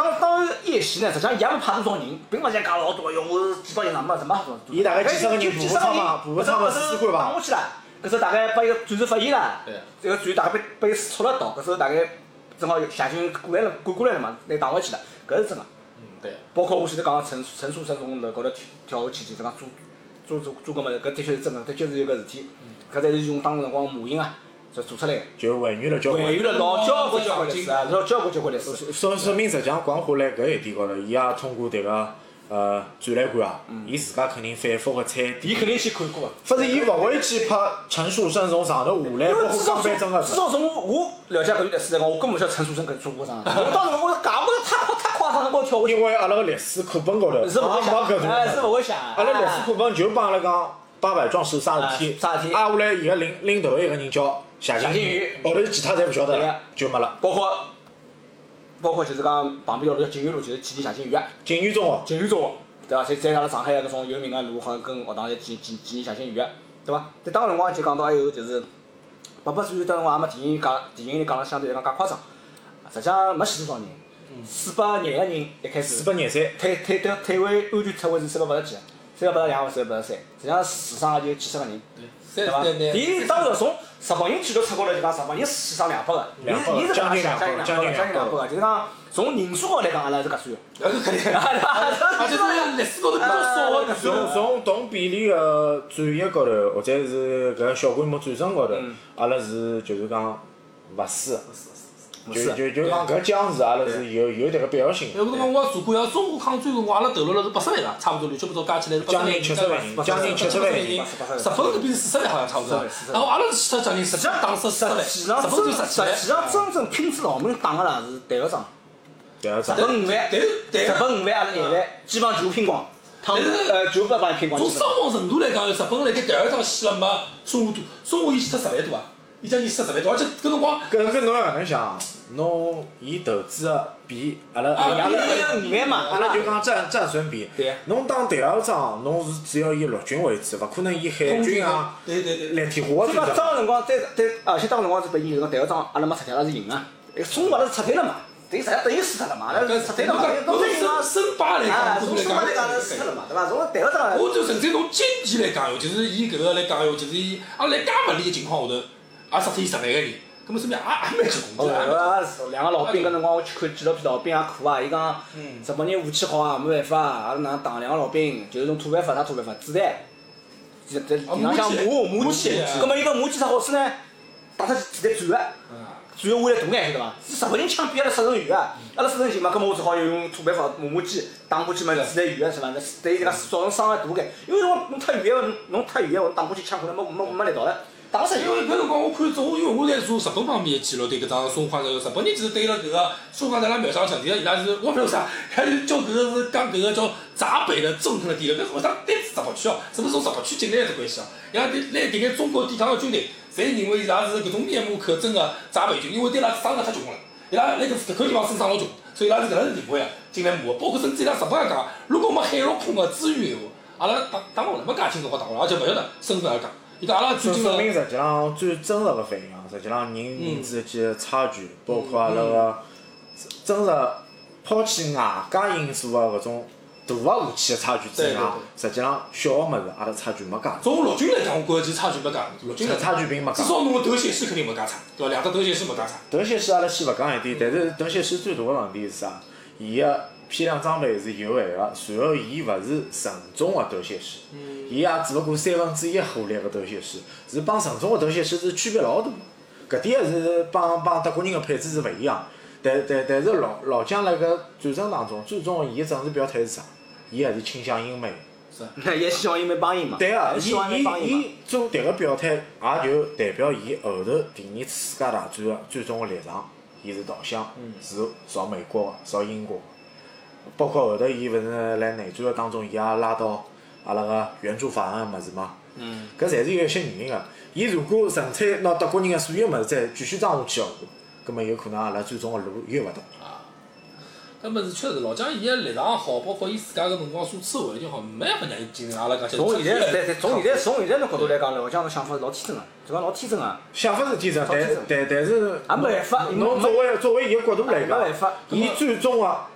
当当夜袭呢，实际上伊也没派多少人，并勿像讲老多，哟，我几百人上没什么。 伊大概几十个人， 几十个人， 步步仓嘛，试试看伐？ 打下去了，搿时候大概把伊个战术发现了，这个战大概被被伊戳了刀，搿时候大概正好夏军过来了，赶过来了嘛，拿打回去了，搿是真个。 嗯，对。 包括我现在讲个陈陈树生从楼高头跳跳下去，就讲做做做做搿物事，搿的确是真个，的确是有搿事体。搿才是用当时辰光模型啊。就做出来， 就还原了交关， 还原了老交关交关历史啊，老交关交关历史。 说说明实际上讲下来搿一点高头，伊也通过迭个呃展览馆啊，伊自家肯定反复个踩点。 伊肯定去看过。 反正伊勿会去拍陈树生从上头下来，包括江边真个。 至少从我了解搿段历史来讲，我根本勿晓得陈树生搿做过啥。我当时我讲我太太夸张了，我跳下去。 因为阿拉个历史课本高头是勿会写，哎是勿会写。 阿拉历史课本就帮阿拉讲八百壮士啥事体， 啥事体？ 挨下来伊个领领头一个人叫。夏金鱼，后头其他侪勿晓得了，就没了。 包括包括就是讲旁边条路叫锦源路，就是去年夏金鱼啊。 锦源中学， 锦源中学，对伐？在在阿拉上海搿种有名个路，好像跟学堂侪建建建夏金鱼啊，对伐？在当个辰光就讲到还有就是，八八虽然当辰光也没电影讲，电影里讲了相对来讲介夸张，实际上没死多少人，四百廿个人一开始。 四百廿三。 退退退退回安全退回是三百八十几，三百八十两或三百八十三，实际上死伤也就几十个人。对伐？伊当时从日本人纪录出高头就讲，日本人死伤两百个，伊伊是将近两百，将近两百个，就是讲从人数高来讲，阿拉是搿算。 搿是肯定的，而且是历史高头比较少个搿从从同比例个战役高头，或者是搿小规模战争高头，阿拉是就是讲勿输。就就就讲搿将士，阿拉是有有迭个必要性。 哎，搿辰光我也查过，像中国抗战辰光，阿拉投入了是八十万啦，差勿多乱七八糟加起来是八十万人， 将近七十万人，将近七十万人。 日本搿边是四十万，好像差勿多。然后阿拉是死脱将近十几，打死十来。 实际上真实际上真正拼死老命打个啦是第二仗。 第二仗。 日本五万，日本五万阿拉廿万，基本上全部拼光。 但是呃，全部帮伊拼光。 从伤亡程度来讲，日本辣盖第二仗死了没中华多，中华伊死脱十万多啊。伊将近死十万多，而且搿辰光， 搿搿侬要搿能想，侬伊投资个比阿拉阿拉五万嘛， 阿拉就讲战战损比。 对。 侬打第二仗，侬是主要以陆军为主，勿可能以海军啊、 对对对立体化。 所以讲，当辰光在在，而且当辰光是拨伊搿第二仗阿拉没撤退，阿拉是赢个。中国阿拉是撤退了嘛？等于实际等于输脱了嘛？阿拉是撤退了嘛？ 侬从身巴来讲， 从身巴来讲是输脱了嘛？对伐？从第二仗。 我就纯粹从经济来讲哟，就是以搿个来讲哟，就是以阿拉辣介勿利个情况下头。也杀脱伊十万个人，搿么说明也也蛮结棍的。 哦，两个老兵搿辰光我去看纪录片，老兵也苦啊。伊讲日本人武器好啊，没办法，阿拉哪能打两个老兵，就是用土办法，啥土办法？子弹，在在地浪向磨磨机，搿么伊个磨机啥好处呢？打出去子弹转个，转个威力大眼，晓得伐？是日本人枪比阿拉射程远个，阿拉射程近嘛，搿么我只好用土办法磨磨机打过去嘛，子弹远个是伐？那对伊搿个造成伤害大眼，因为侬侬太远个，侬太远个，打过去枪可能没没没力道了。 因为搿辰光我看中，因为我在做日本方面的记录，对搿桩松花头，日本人其实对了搿个松花头拉描上去，其实伊拉是我不晓得啥，还是叫搿个是讲搿个叫闸北的纵横的地头，搿为啥单指日本区哦？是不是从日本区进来的关系哦？伊拉对来搿眼中国抵抗的军队，侪认为伊拉是搿种面目可憎的闸北军，因为对伊拉伤得太重了，伊拉辣搿搿口地方损伤老重，所以伊拉是搿能认为啊，进来骂，包括甚至伊拉日本也讲，如果没海陆空的资源闲话，阿拉打打勿来，没介轻松好打下来，而且勿晓得身份也讲。伊讲阿拉最近说明实际上最真实个反应，实际上人民之间的差距，包括阿拉个真实抛弃外界因素个搿种大个武器个差距之外，实际上小个物事阿拉差距没介大。 从陆军来讲，我觉着其实差距没介大，陆军差距并没介大。 至少侬个头衔师肯定没介差，对伐？两只头衔师没介差。 头衔师阿拉先勿讲一点，但是头衔师最大个问题是啥？伊个批量装备是有限个，然后伊勿是纯种个头衔师，伊也只勿过三分之一火力个头衔师，是帮纯种个头衔师是区别老大个。搿点是帮帮德国人个配置是勿一样。但但但是老老蒋辣搿战争当中，最终伊个政治表态是啥？伊还是倾向英美。 是。那也希望英美帮伊嘛。 对个，伊伊伊做迭个表态，也就代表伊后头第二次世界大战个最终个立场，伊是导向是朝美国个，朝英国。包括后头伊勿是辣内战个当中，伊也拉到阿拉个援助法案个物事嘛。嗯。搿侪是有一些原因个。伊如果纯粹拿德国人个所有物事再继续装下去个话，葛末有可能阿拉最终个路又勿同。 啊。搿物事确实，老蒋伊个立场好，包括伊自家个辰光所处个环境好，没办法让伊进入阿拉讲些。 从现在来，从现在从现在个角度来讲，老蒋个想法是老天真个，就讲老天真个。 想法是天真，但但但是。 也没办法。 侬作为作为伊个角度来讲， 没办法。 伊最终个。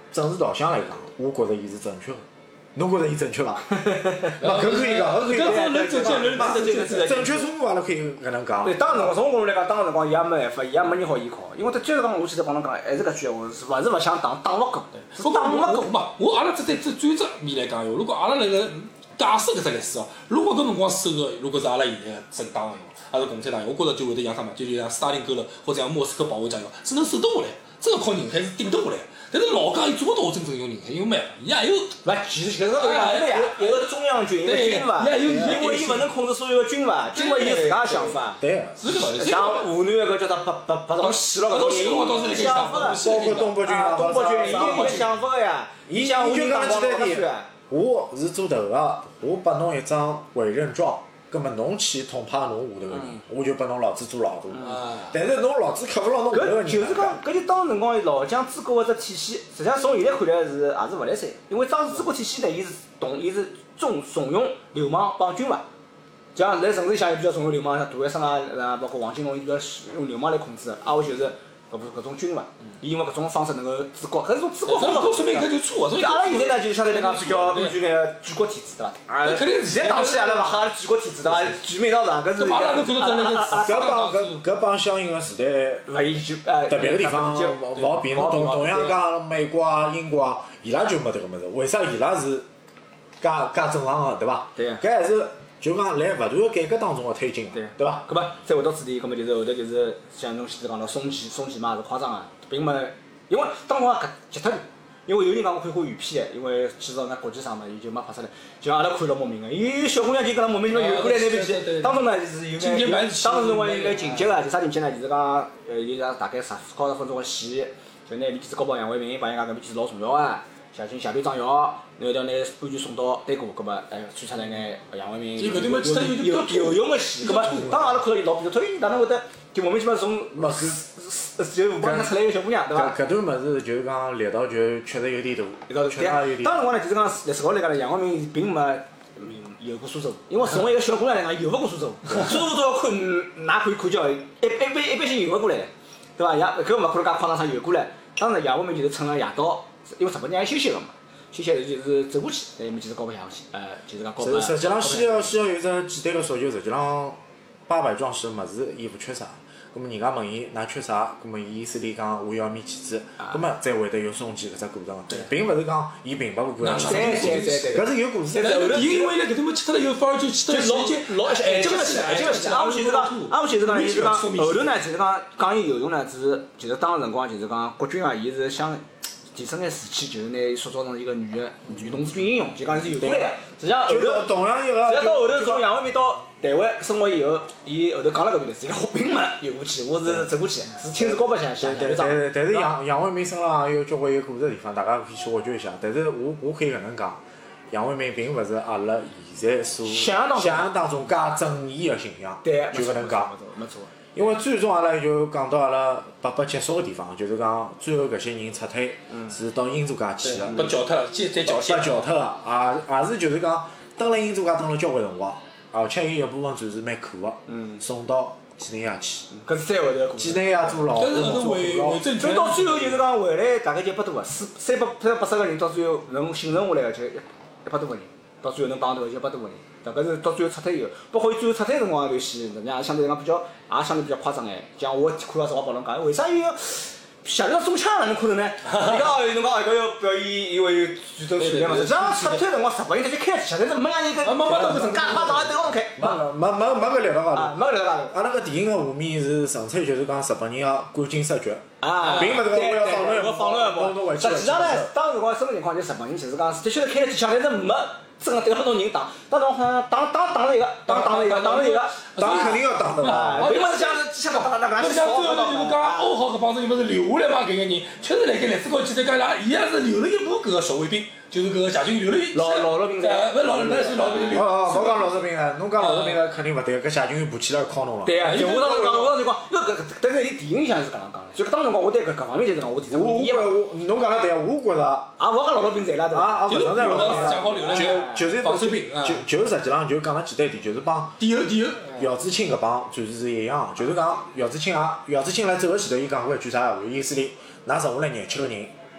政治导向来讲，我觉着伊是正确的。侬觉着伊正确伐？勿，搿可以讲，搿可以讲。 人正确，人正确， 正确错误阿拉可以搿能讲。 对，当然从我角度来讲，当然辰光伊也没办法，伊也没人好依靠，因为他就是讲我现在帮侬讲，还是搿句闲话，是勿是勿想打，打勿过，是打勿过。 勿，我阿拉只对只转折面来讲哟，如果阿拉辣辣假设搿只历史哦，如果搿辰光收个，如果是阿拉现在个政党个哟，还是共产党，我觉着就会得像啥嘛，就像斯大林格勒或者像莫斯科保卫战哟，是能守得下来，真个靠人海是顶得下来。但是老蒋伊做勿到真正用人海，因为没办法，伊也有勿，其实搿个对呀，一个中央军，一个军阀，因为伊勿能控制所有个军阀，军阀伊有自家想法。 对， 是搿道理。 像湖南搿叫啥八八八种死了搿种人，伊想法， 包括东北军啊， 东北军，伊有伊想法个呀。伊想我就讲简单点， 我是做头个，我拨侬一张委任状。葛末侬去统派侬下头个人，我就拨侬老子做老大。但是侬老子克勿牢侬下头个人。 搿就是讲，搿就当辰光老蒋治国个只体系，实际上从现在看来是也是勿来三。因为当时治国体系呢，伊是动，伊是重怂恿流氓帮军阀。像辣城市里向，伊比较怂恿流氓，像杜月笙啊，包括王金龙，伊比较用流氓来控制。挨下就是搿部搿种军阀，伊因为搿种方式能够治国，搿是种治国方式。 说明搿就错啊！ 阿拉现在呢，就相对来讲比较根据眼举国体制对伐？啊， 肯定是现在党起阿拉勿哈举国体制对伐？举民道上搿是。 阿拉搿看到真的是。 搿帮搿搿帮相应个时代， 勿伊就呃特别个地方勿好比。侬同同样讲美国啊、英国啊，伊拉就没迭个物事。为啥伊拉是介介正常个对伐？ 对。 搿还是就讲来勿断个改革当中个推进， 对对伐？ 搿么再回到主题，搿么就是后头就是像侬前头讲到松旗，松旗嘛是夸张个，并没，因为当辰光搿急脱了。因为有人讲我看过原片个，因为去到那国际上嘛，伊就没拍出来，就阿拉看了莫名个。伊小姑娘就搿能莫名其妙游过来那边去，当中呢是有眼，当时辰光有眼情节个，就啥情节呢？就是讲，呃，有大概十高十分钟个戏，就拿面记者高报杨伟明，帮人家搿面记者老重要个。下进下队长要，然后要拿安全送到对过，葛末哎穿出来眼杨伟明有有有用个戏，葛末当阿拉看到伊老比较推，哪能会得就莫名其妙从没是就湖帮出来一个小姑娘，对伐？ 搿段物事就是讲力道就确实有点大，确实有点。 当辰光呢，就是讲历史高头来讲呢，杨伟明并没游过苏州，因为作为一个小姑娘来讲，游勿过苏州，苏州都要看，哪可以看叫一一般一般性游勿过来，对伐？杨搿勿可能介夸张啥游过来，当时杨伟明就是趁个夜到。因为日本人还休息个嘛，休息就是走过去，那面就是高白相去，呃，就是讲高白。 实际上，需要需要有只简单个诉求，实际上八百壮士个物事，伊勿缺啥。咁么人家问伊，㑚缺啥？咁么伊意思里讲，我要面旗帜，咁么才会得有送旗搿只过程，并勿是讲伊平白无故让上。 对对对对。 搿是有故事。 伊因为辣搿头么去脱了以后，反而就去得老老哎，这个是哎，这个是。俺们就是讲，俺们就是讲，就是讲后头呢，就是讲讲伊有用呢，是就是当时辰光就是讲国军啊，伊是想。提升眼士气，就是拿伊塑造成一个女个女同志军英雄，就讲是有过来个。实际上后头， 同样一个， 实际上到后头从杨伟明到台湾生活以后，伊后头讲了搿段历史，伊讲我并没游过去，我是走过去，是亲自高白相下但但但是杨杨伟明身浪有交关有故事个地方，大家可以去挖掘一下。但是我我可以搿能讲，杨伟明并勿是阿拉现在所想象当中介正义个形象，就搿能讲。 没错。 因为最终阿拉就讲到阿拉八八结束个地方，就是讲最后搿些人撤退是到英租界去个， 被剿脱了，再再剿被剿脱个，也也是就是讲蹲辣英租界蹲了交关辰光，而且有一部分战士蛮苦个，送到几内亚去。 搿是再后头。 几内亚做牢， 做牢。 所以到最后就是讲回来大概就一百多个，四三百三百八十个人，到最后能幸存下来个就一一百多个人，到最后能帮头就一百多个人。搿是到最后撤退以后，包括伊最后撤退辰光一段戏，实际上相对来讲比较，也相对比较夸张眼。像我看到实话帮侬讲，为啥伊要下头要中枪哪能可能呢？伊讲哦，侬讲搿要表演，因为举头训练嘛。实际上撤退辰光，日本人直接开起，但是没让伊搿没没到搿程度， 马上对方开， 没没没没搿力道高头， 没搿力道高头。 阿拉搿电影个画面是纯粹就是讲日本人要赶尽杀绝， 啊， 并勿是讲我要放侬一部，放侬一部。实际上呢，当时辰光什么情况？就日本人其实讲的确是开了几枪，但是没。真个对很多人打，打到好像打打打了一个，打打了一个，打了一个， 打肯定要打的嘛。 并勿是像是像打打打打。 不像最后头就是讲欧豪搿帮子人，勿是留下来嘛？搿个人确实辣盖历史高头记载讲伊拉，伊也是留了一部搿个守卫兵，就是搿个夏军留了一。 老老老兵在。勿老那是老兵留。 哦哦，勿讲老士兵啊，侬讲老士兵个肯定勿对，搿夏军有武器来敲侬了。 对啊，就我当时讲，我当时讲，因为搿但是伊电影里向是搿能讲的，所以当时讲我对搿搿方面就是讲我提出我我侬讲了对啊，我觉着。 啊，勿讲老老兵在啦，对伐？ 啊啊，勿存在老老兵。 就就是防守兵。 就就实际上就讲了简单点，就是帮第后第后姚志清搿帮战士是一样，就是讲姚志清也姚志清来走个前头，伊讲过一句啥闲话？意思里，㑚剩下来廿七个人，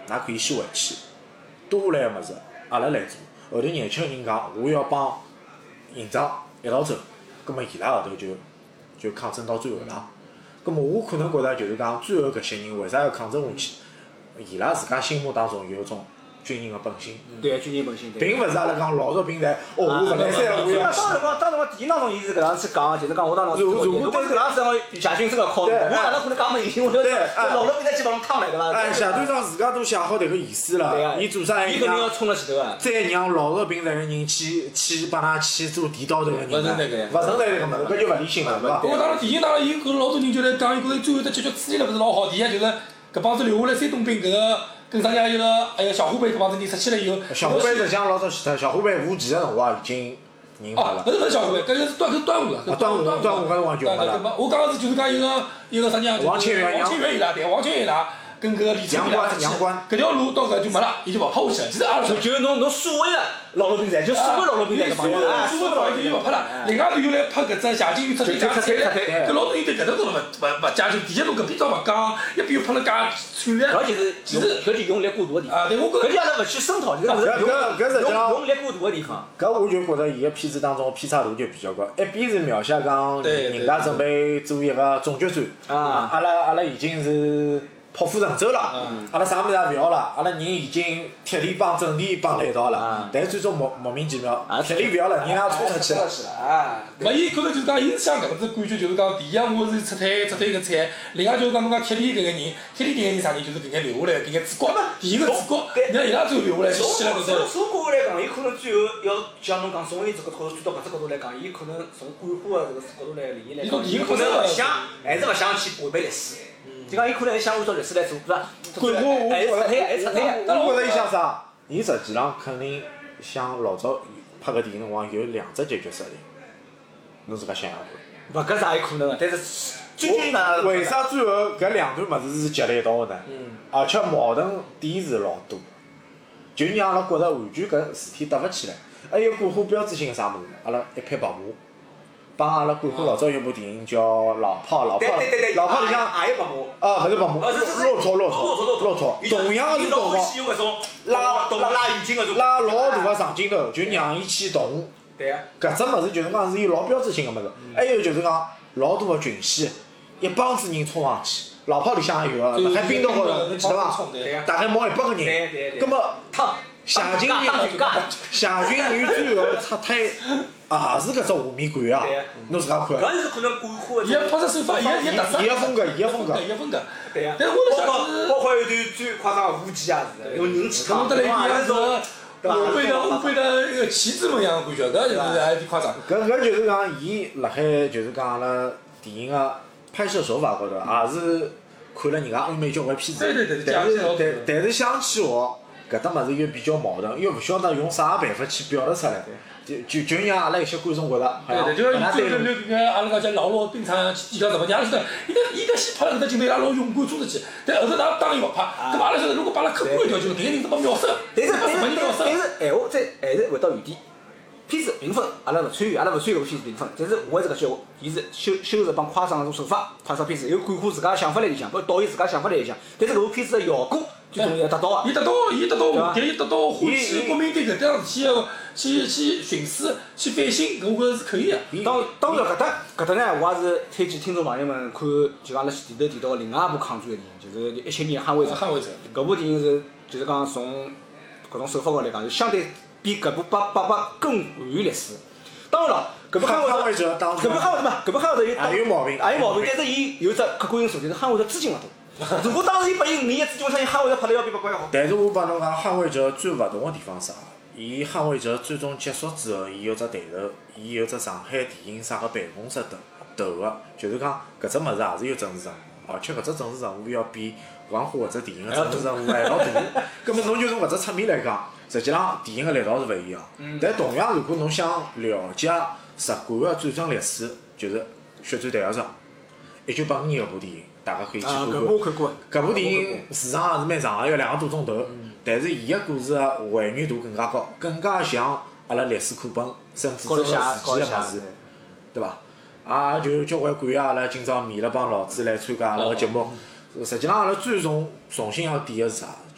㑚可以先回去，多下来个物事阿拉来做。后头年轻人讲我要帮营长一道走，葛末伊拉后头就就抗争到最后了。葛末我可能觉着就是讲最后搿些人为啥要抗争下去？伊拉自家心目当中有种军人个本性。 对，军人本性。 并勿是阿拉讲老弱病残，哦，我勿来三，我要。 当时光，当时光电影当中，伊是搿样去讲，就是讲我当中，如果是搿样子，夏军真个靠，我哪能可能讲没信心？我就老弱病残去帮侬趟来对伐？ 哎，夏队长自家都写好迭个意思了，伊做啥？ 伊肯定要冲了前头个。 再让老弱病残个人去去帮㑚去做地道头个人，勿存在搿， 勿存在搿个物事，搿就勿理性了，对伐？ 不过当然电影当中，伊搿老多人就来讲，伊觉着最后的结局处理了勿是老好。第一就是搿帮子留下来山东兵搿个。跟上家一个，还有小虎队搿帮子人出去了以后， 小虎队实际上老早死脱，小虎队无期个辰光已经人脱了。 哦，勿是勿是小虎队，搿个是端搿端午个， 端午端午搿辰光就没了。 我刚刚是就是讲一个一个啥人啊？ 王清源， 王清源伊拉对，王清源伊拉跟搿个李成伊拉出去，搿条路到搿就没了，伊就勿拍下去了。其实阿拉就是侬侬所谓个老弱病残，就所谓老弱病残搿帮人， 所谓老弱病残就勿拍了。另外头又来拍搿只夏金鱼出队加彩来，搿老多人对搿只都勿勿勿讲究。第一路搿边倒勿讲，一边又拍了介惨烈。 搿就是其实搿就用力过度个地方。 啊，对，我觉搿就阿拉勿去深讨，就是搿搿搿实际上用力过度个地方。 搿我就觉着伊个片子当中偏差度就比较高，一边是描写讲人家准备做一个总决战， 啊， 阿拉阿拉已经是。破釜沉舟了，阿拉啥物事也勿要了，阿拉人已经铁链帮阵地绑辣一道了，但最终莫莫名其妙，铁链勿要了，人也冲出去了。 啊， 勿，伊可能就是讲，伊是想搿个子感觉，就是讲，第一我是出腿出腿个菜，另外就是讲侬讲铁链搿个人，铁链搿个人啥人，就是搿眼留下来搿眼主角，第一个主角，你看伊拉最后留下来就死了搿种。 从国来讲，伊可能最后要像侬讲，从伊这个角度转到搿只角度来讲，伊可能从感化个这个角度来理解来讲，伊可能勿想，还是勿想去违背历史。就讲伊可能还想按照历史来做，是吧？ 我我还是撤退，还是撤退。 我觉着伊想啥？伊实际上肯定像老早拍个电影辰光有两只结局设定，侬自家想想看。 勿，搿是也有可能个，但是最近呢？ 为啥最后搿两段物事是接辣一道个呢？而且矛盾点是老多，就让阿拉觉着完全搿事体搭勿起来。还有国货标志性个啥物事？阿拉一匹白马。帮阿拉国货老早有部电影叫《老炮》，老炮，老炮里向也有白马， 啊，勿是白马，骆驼，骆驼，骆驼，同样是动物，拉拉拉引擎个种， 拉老大个长镜头，就让伊去动。 对啊。 搿只物事就是讲是有老标志性个物事，还有就是讲老大个群戏，一帮子人冲上去，老炮里向也有个，辣海冰岛高头，侬记得伐？大概冒一百个人，葛末夏军人，夏军人最后撤退，也是搿只画面感啊！侬自家看。 搿是可能感化。 伊个拍摄手法，伊个伊个特色。 伊个风格，伊个风格。 伊个风格。 对呀。 但我包括包括有段最夸张个武器啊，用人去扛。 得来伊个是欧贝的欧贝的一个旗帜门一样个感觉，搿就是还有点夸张。 搿搿就是讲，伊辣海就是讲阿拉电影个拍摄手法高头，也是看了人家欧美交关片子。 对对对。 但是但但是想起我。搿搭物事又比较矛盾，又勿晓得用啥办法去表达出来，就就就让阿拉一些观众觉着， 对对，就像最后那个阿拉讲叫老罗冰场去抵抗日本，阿拉晓得，伊个伊个先拍了搿只镜头，伊拉老勇敢冲出去，但后头㑚当然勿拍，搿么阿拉晓得，如果把阿拉客观一条镜头，迭个人怎么秒杀？ 但是但是但是闲话再还是回到原点，片子评分阿拉勿参与，阿拉勿参与搿个片子评分，但是我还是搿句话，伊是修修饰帮夸张搿种手法拍摄片子，有感化自家想法来里向，包括导演自家想法来里向，但是搿部片子个效果。最重要达到伊达到，伊达到目的，伊达到唤起国民对搿桩事体个去去寻思、去反省，搿我觉着是可以个。 当当然搿搭搿搭呢，我也是推荐听众朋友们看，就讲阿拉前头提到个另外一部抗战个电影，就是《一千年捍卫者》。 捍卫者。 搿部电影是就是讲从搿种手法高来讲，就相对比搿部八八八更还原历史。当然了，搿部捍卫者，搿部捍卫者嘛，搿部捍卫者有也有毛病， 也有毛病，但是伊有只客观因素，就是捍卫者资金勿多。如果当时伊拨伊五亿资金，我相信捍卫者拍了要比八八要好。 但是我帮侬讲，捍卫者最勿同个地方啥？伊捍卫者最终结束之后，伊有只队头，伊有只上海电影啥个办公室头头个，就是讲搿只物事也是有政治任务，而且搿只政治任务要比玩火搿只电影个政治任务还要大。葛末侬就从搿只侧面来讲，实际上电影个力道是勿一样。但同样，如果侬想了解日本个战争历史，就是《血战台儿庄》，一九八五年搿部电影。大家可以去看看。 搿部我看过。 搿部电影时长也是蛮长个，要两个多钟头。但是伊个故事个还原度更加高，更加像阿拉历史课本，甚至真个事件个物事，对伐？也就交关感谢阿拉今朝面了帮老子来参加阿拉个节目。实际上，阿拉最终重新要点个是啥？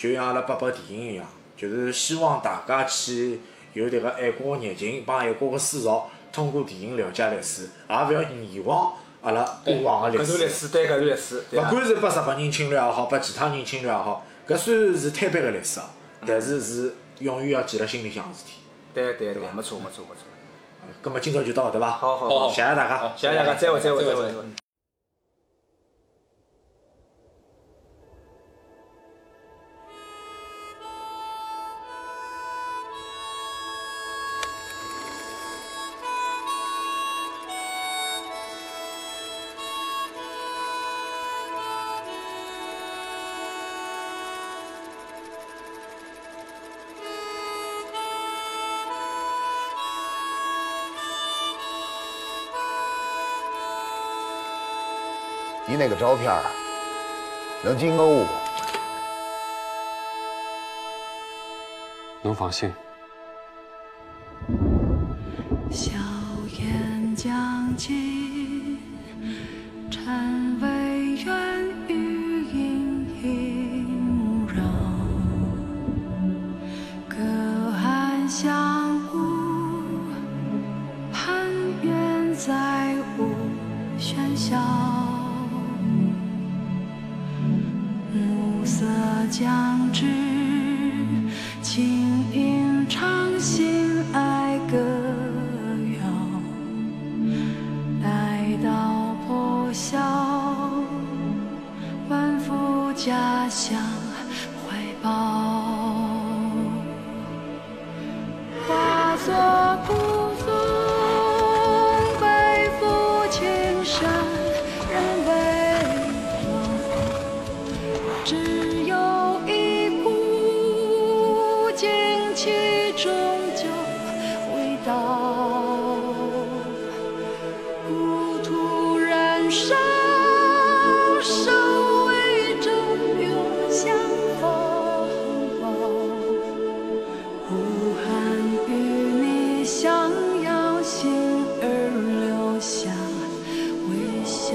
就像阿拉八八电影一样，就是希望大家去有迭个爱国热情，帮爱国个思潮，通过电影了解历史，也勿要遗忘阿拉过往个历史。 搿段历史，对搿段历史， 勿管是被日本人侵略也好，被其他人侵略也好，搿虽然是坍白个历史，但是是永远要记辣心里向个事体。 对对对，没错没错没错。 咁么今朝就到搿搭伐？ 好好好， 谢谢大家， 谢谢大家，再会再会再会。 你那个照片能进购物？ 能放心。 硝烟将尽，禅微远余隐隐绕。隔岸相顾，攀援在无喧嚣。暮色将至，轻吟唱心爱歌谣，待到破晓，奔赴家乡怀抱，化作孤峰，背负青山，人未老，只有一股劲气，终究未到。故土燃烧，守卫着永相怀抱。呼喊与你相邀，心儿留下微笑。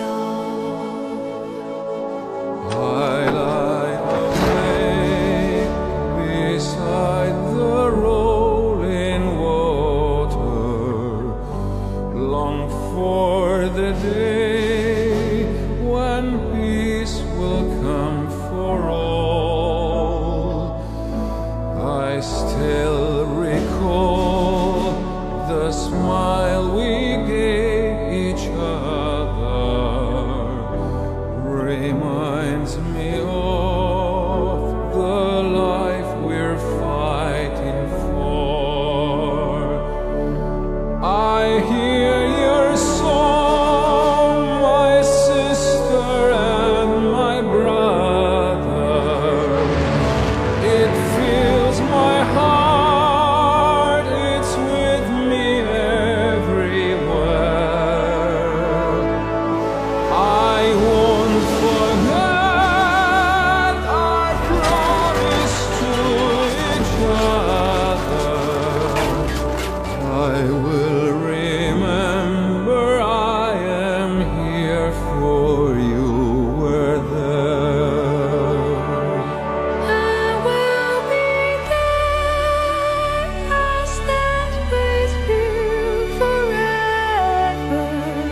I lie awake beside the rolling water, long for the day when peace will come for all. I still recall the smile we gave each other, reminds me of the life we're fighting for. I hear your song, my sister and my brother. It fills my heart, it's with me everywhere. I won't forget our promise to each other. I will remember I am here for you were there. I will be there, I'll stand with you forever.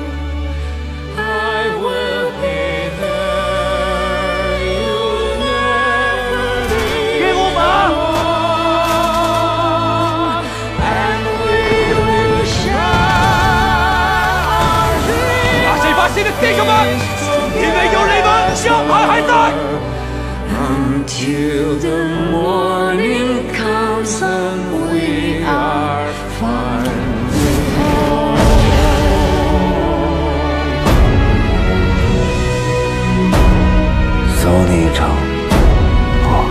I will be there, you'll never be alone. And we will share our dreams. 把谁把谁的这个们，因为有你们，小孩还在。 Until the morning comes and we are finally home. 走你一程，啊！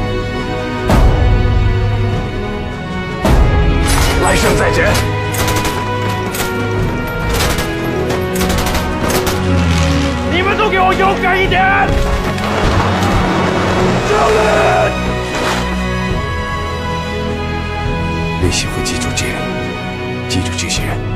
来生再见。 你们都给我勇敢一点！ 李希会记住这人，记住这些人。